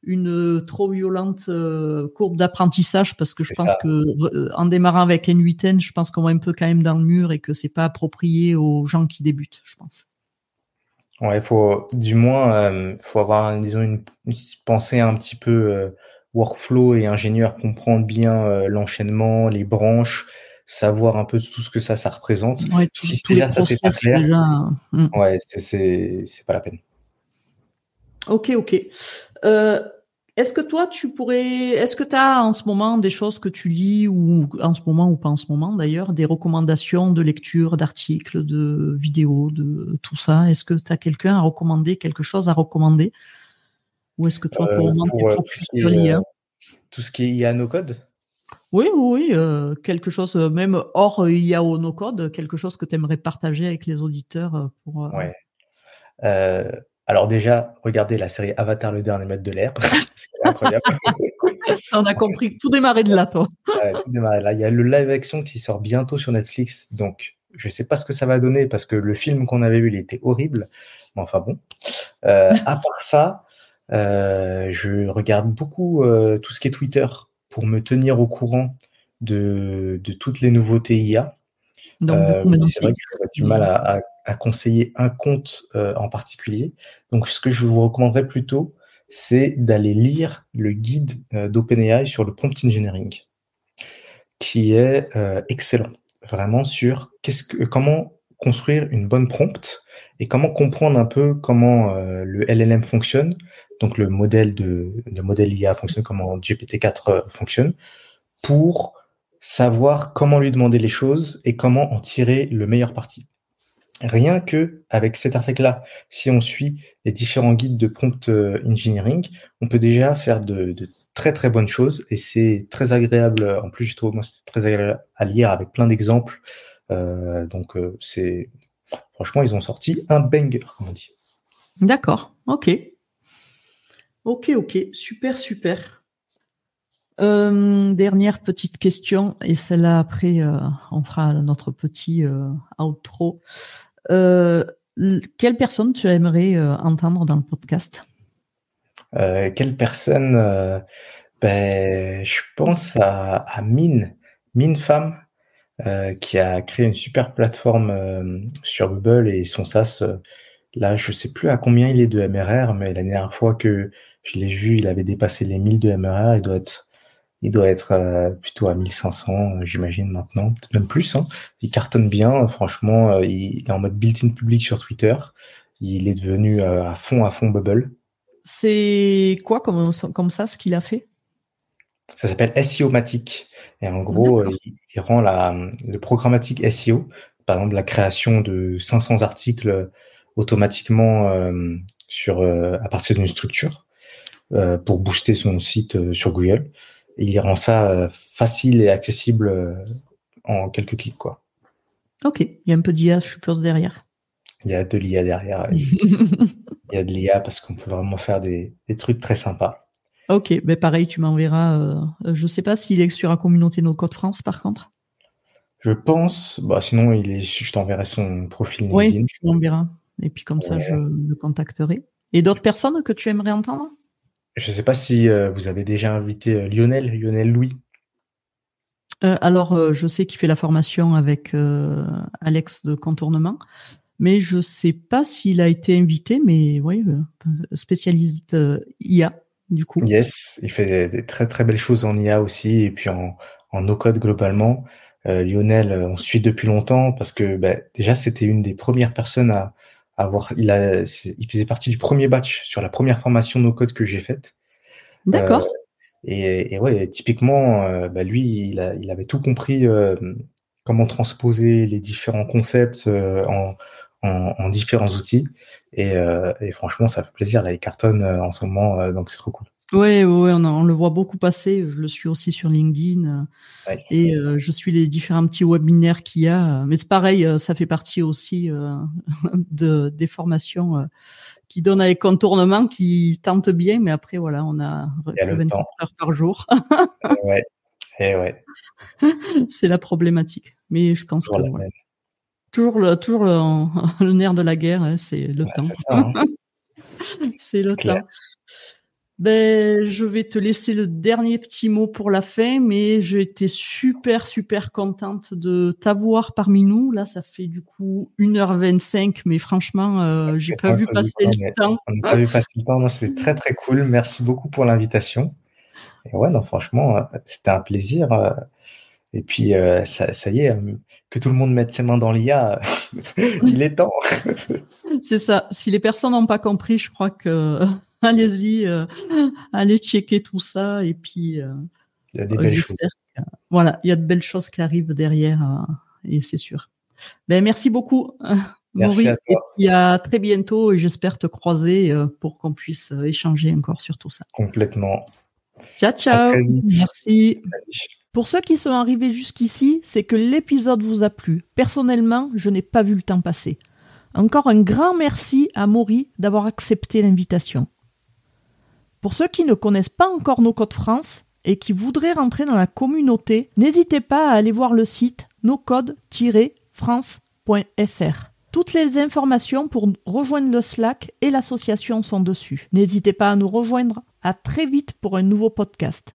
une trop violente euh, courbe d'apprentissage parce que je C'est pense ça. que euh, en démarrant avec N huit N, je pense qu'on va un peu quand même dans le mur et que c'est pas approprié aux gens qui débutent, je pense. Ouais, faut du moins, euh, faut avoir, disons, une, une pensée un petit peu euh, workflow et ingénieur, comprendre bien euh, l'enchaînement, les branches, savoir un peu tout ce que ça, ça représente. Ouais, tous Si tous les déjà ça c'est pas process clair, déjà. hmm. ouais, c'est c'est c'est pas la peine. Ok, ok. Euh, est-ce que toi, tu pourrais, est-ce que tu as en ce moment des choses que tu lis ou en ce moment ou pas en ce moment d'ailleurs, des recommandations de lecture, d'articles, de vidéos, de tout ça? Est-ce que tu as quelqu'un à recommander, quelque chose à recommander? Ou est-ce que toi, pour Euh, le moment, t'es pour euh, tout focus ce qui sur est l'I A? euh, tout ce qui est I A no code. Oui, oui, oui, euh, quelque chose, euh, même hors I A ou no code, quelque chose que tu aimerais partager avec les auditeurs euh, pour. euh, Ouais. Euh, alors déjà, regardez la série Avatar, le dernier maître de l'air, c'est incroyable. On a compris que tout démarrait de là, toi. Ouais, tout démarre là. Il y a le live action qui sort bientôt sur Netflix, donc je sais pas ce que ça va donner parce que le film qu'on avait vu, il était horrible. Mais enfin bon. Euh, à part ça, euh, je regarde beaucoup euh, tout ce qui est Twitter pour me tenir au courant de, de toutes les nouveautés I A. Donc, du Euh, coup, maintenant, mais c'est c'est vrai que j'aurais du mal à, à, à conseiller un compte euh, en particulier. Donc, ce que je vous recommanderais plutôt, c'est d'aller lire le guide euh, d'OpenAI sur le prompt engineering, qui est euh, excellent, vraiment sur qu'est-ce que, comment construire une bonne prompt et comment comprendre un peu comment euh, le L L M fonctionne, donc le modèle de le modèle I A fonctionne, comment G P T quatre euh, fonctionne, pour savoir comment lui demander les choses et comment en tirer le meilleur parti. Rien que avec cet article-là, si on suit les différents guides de prompt engineering, on peut déjà faire de, de très très bonnes choses et c'est très agréable. En plus, j'ai trouvé moi c'est très agréable à lire avec plein d'exemples. Euh, donc euh, c'est franchement, ils ont sorti un banger, comme on dit. D'accord, ok. Ok, ok, super, super. Euh, dernière petite question, et celle-là après, euh, on fera notre petit euh, outro. Euh, quelle personne tu aimerais euh, entendre dans le podcast? Euh, quelle personne euh, ben, je pense à, à Mine, Mine Femme, euh, qui a créé une super plateforme euh, sur Bubble et son SaaS. Euh, là, je sais plus à combien il est de M R R, mais la dernière fois que je l'ai vu, il avait dépassé les mille de M R R. Il doit être, il doit être euh, plutôt à mille cinq cents, euh, j'imagine maintenant, peut-être même plus. Hein. Il cartonne bien, franchement. Euh, il, il est en mode built-in public sur Twitter. Il est devenu euh, à fond, à fond Bubble. C'est quoi comme, comme ça ce qu'il a fait? Ça s'appelle S E O-matic. Et en gros, euh, il, il rend la, le programmatique S E O, par exemple la création de cinq cents articles automatiquement euh, sur euh, à partir d'une structure euh, pour booster son site euh, sur Google. Et il rend ça euh, facile et accessible euh, en quelques clics, quoi. Ok, il y a un peu d'I A, je suppose, derrière. Il y a de l'I A derrière. Il y a de l'I A parce qu'on peut vraiment faire des, des trucs très sympas. Ok, ben pareil, tu m'enverras. Euh, je sais pas s'il est sur la communauté No Code France, par contre. Je pense, bah sinon il est, je t'enverrai son profil LinkedIn. Oui, tu m'enverras. Et puis comme ouais. ça, je le contacterai. Et d'autres personnes que tu aimerais entendre? Je sais pas si euh, vous avez déjà invité euh, Lionel, Lionel Louis. Euh, alors, euh, je sais qu'il fait la formation avec euh, Alex de Contournement, mais je sais pas s'il a été invité, mais oui, euh, spécialiste euh, I A, du coup. Yes, il fait des, des très très belles choses en I A aussi, et puis en, en no-code globalement. Euh, Lionel, on suit depuis longtemps parce que bah, déjà c'était une des premières personnes à, à avoir. Il a, il faisait partie du premier batch sur la première formation no-code que j'ai faite. D'accord. Euh, et, et ouais, typiquement, euh, bah, lui, il, a, il avait tout compris euh, comment transposer les différents concepts euh, en, en, en différents outils. Et, euh, et franchement, ça fait plaisir. Là, il cartonne euh, en ce moment, euh, donc c'est trop cool. Oui, ouais, on, on le voit beaucoup passer. Je le suis aussi sur LinkedIn. Nice. Et euh, je suis les différents petits webinaires qu'il y a. Mais c'est pareil, ça fait partie aussi euh, de, des formations euh, qui donnent avec contournement, qui tentent bien. Mais après, voilà, on a que vingt-quatre heures par jour. euh, ouais, et ouais. C'est la problématique. Mais je pense toujours que voilà. toujours, le, toujours le, le nerf de la guerre, hein, c'est le bah, temps. C'est, ça, hein. c'est le Claire. temps. Ben, je vais te laisser le dernier petit mot pour la fin, mais j'ai été super, super contente de t'avoir parmi nous. Là, ça fait du coup une heure vingt-cinq, mais franchement, euh, j'ai pas vu passer temps, le temps. On n'a pas vu passer le temps. Non, c'était très, très cool. Merci beaucoup pour l'invitation. Et ouais, non, franchement, c'était un plaisir. Et puis, ça, ça y est, que tout le monde mette ses mains dans l'I A, il est temps. C'est ça. Si les personnes n'ont pas compris, je crois que... Allez-y, euh, allez checker tout ça et puis euh, il y a des belles choses. Que, voilà, il y a de belles choses qui arrivent derrière euh, et c'est sûr. Ben merci beaucoup, merci Maury, à toi. et puis à très bientôt et j'espère te croiser euh, pour qu'on puisse euh, échanger encore sur tout ça. Complètement. Ciao ciao. À très vite. Merci. Salut. Pour ceux qui sont arrivés jusqu'ici, c'est que l'épisode vous a plu. Personnellement, je n'ai pas vu le temps passer. Encore un grand merci à Maury d'avoir accepté l'invitation. Pour ceux qui ne connaissent pas encore No Code France et qui voudraient rentrer dans la communauté, n'hésitez pas à aller voir le site no code tiret france point f r. Toutes les informations pour rejoindre le Slack et l'association sont dessus. N'hésitez pas à nous rejoindre. À très vite pour un nouveau podcast.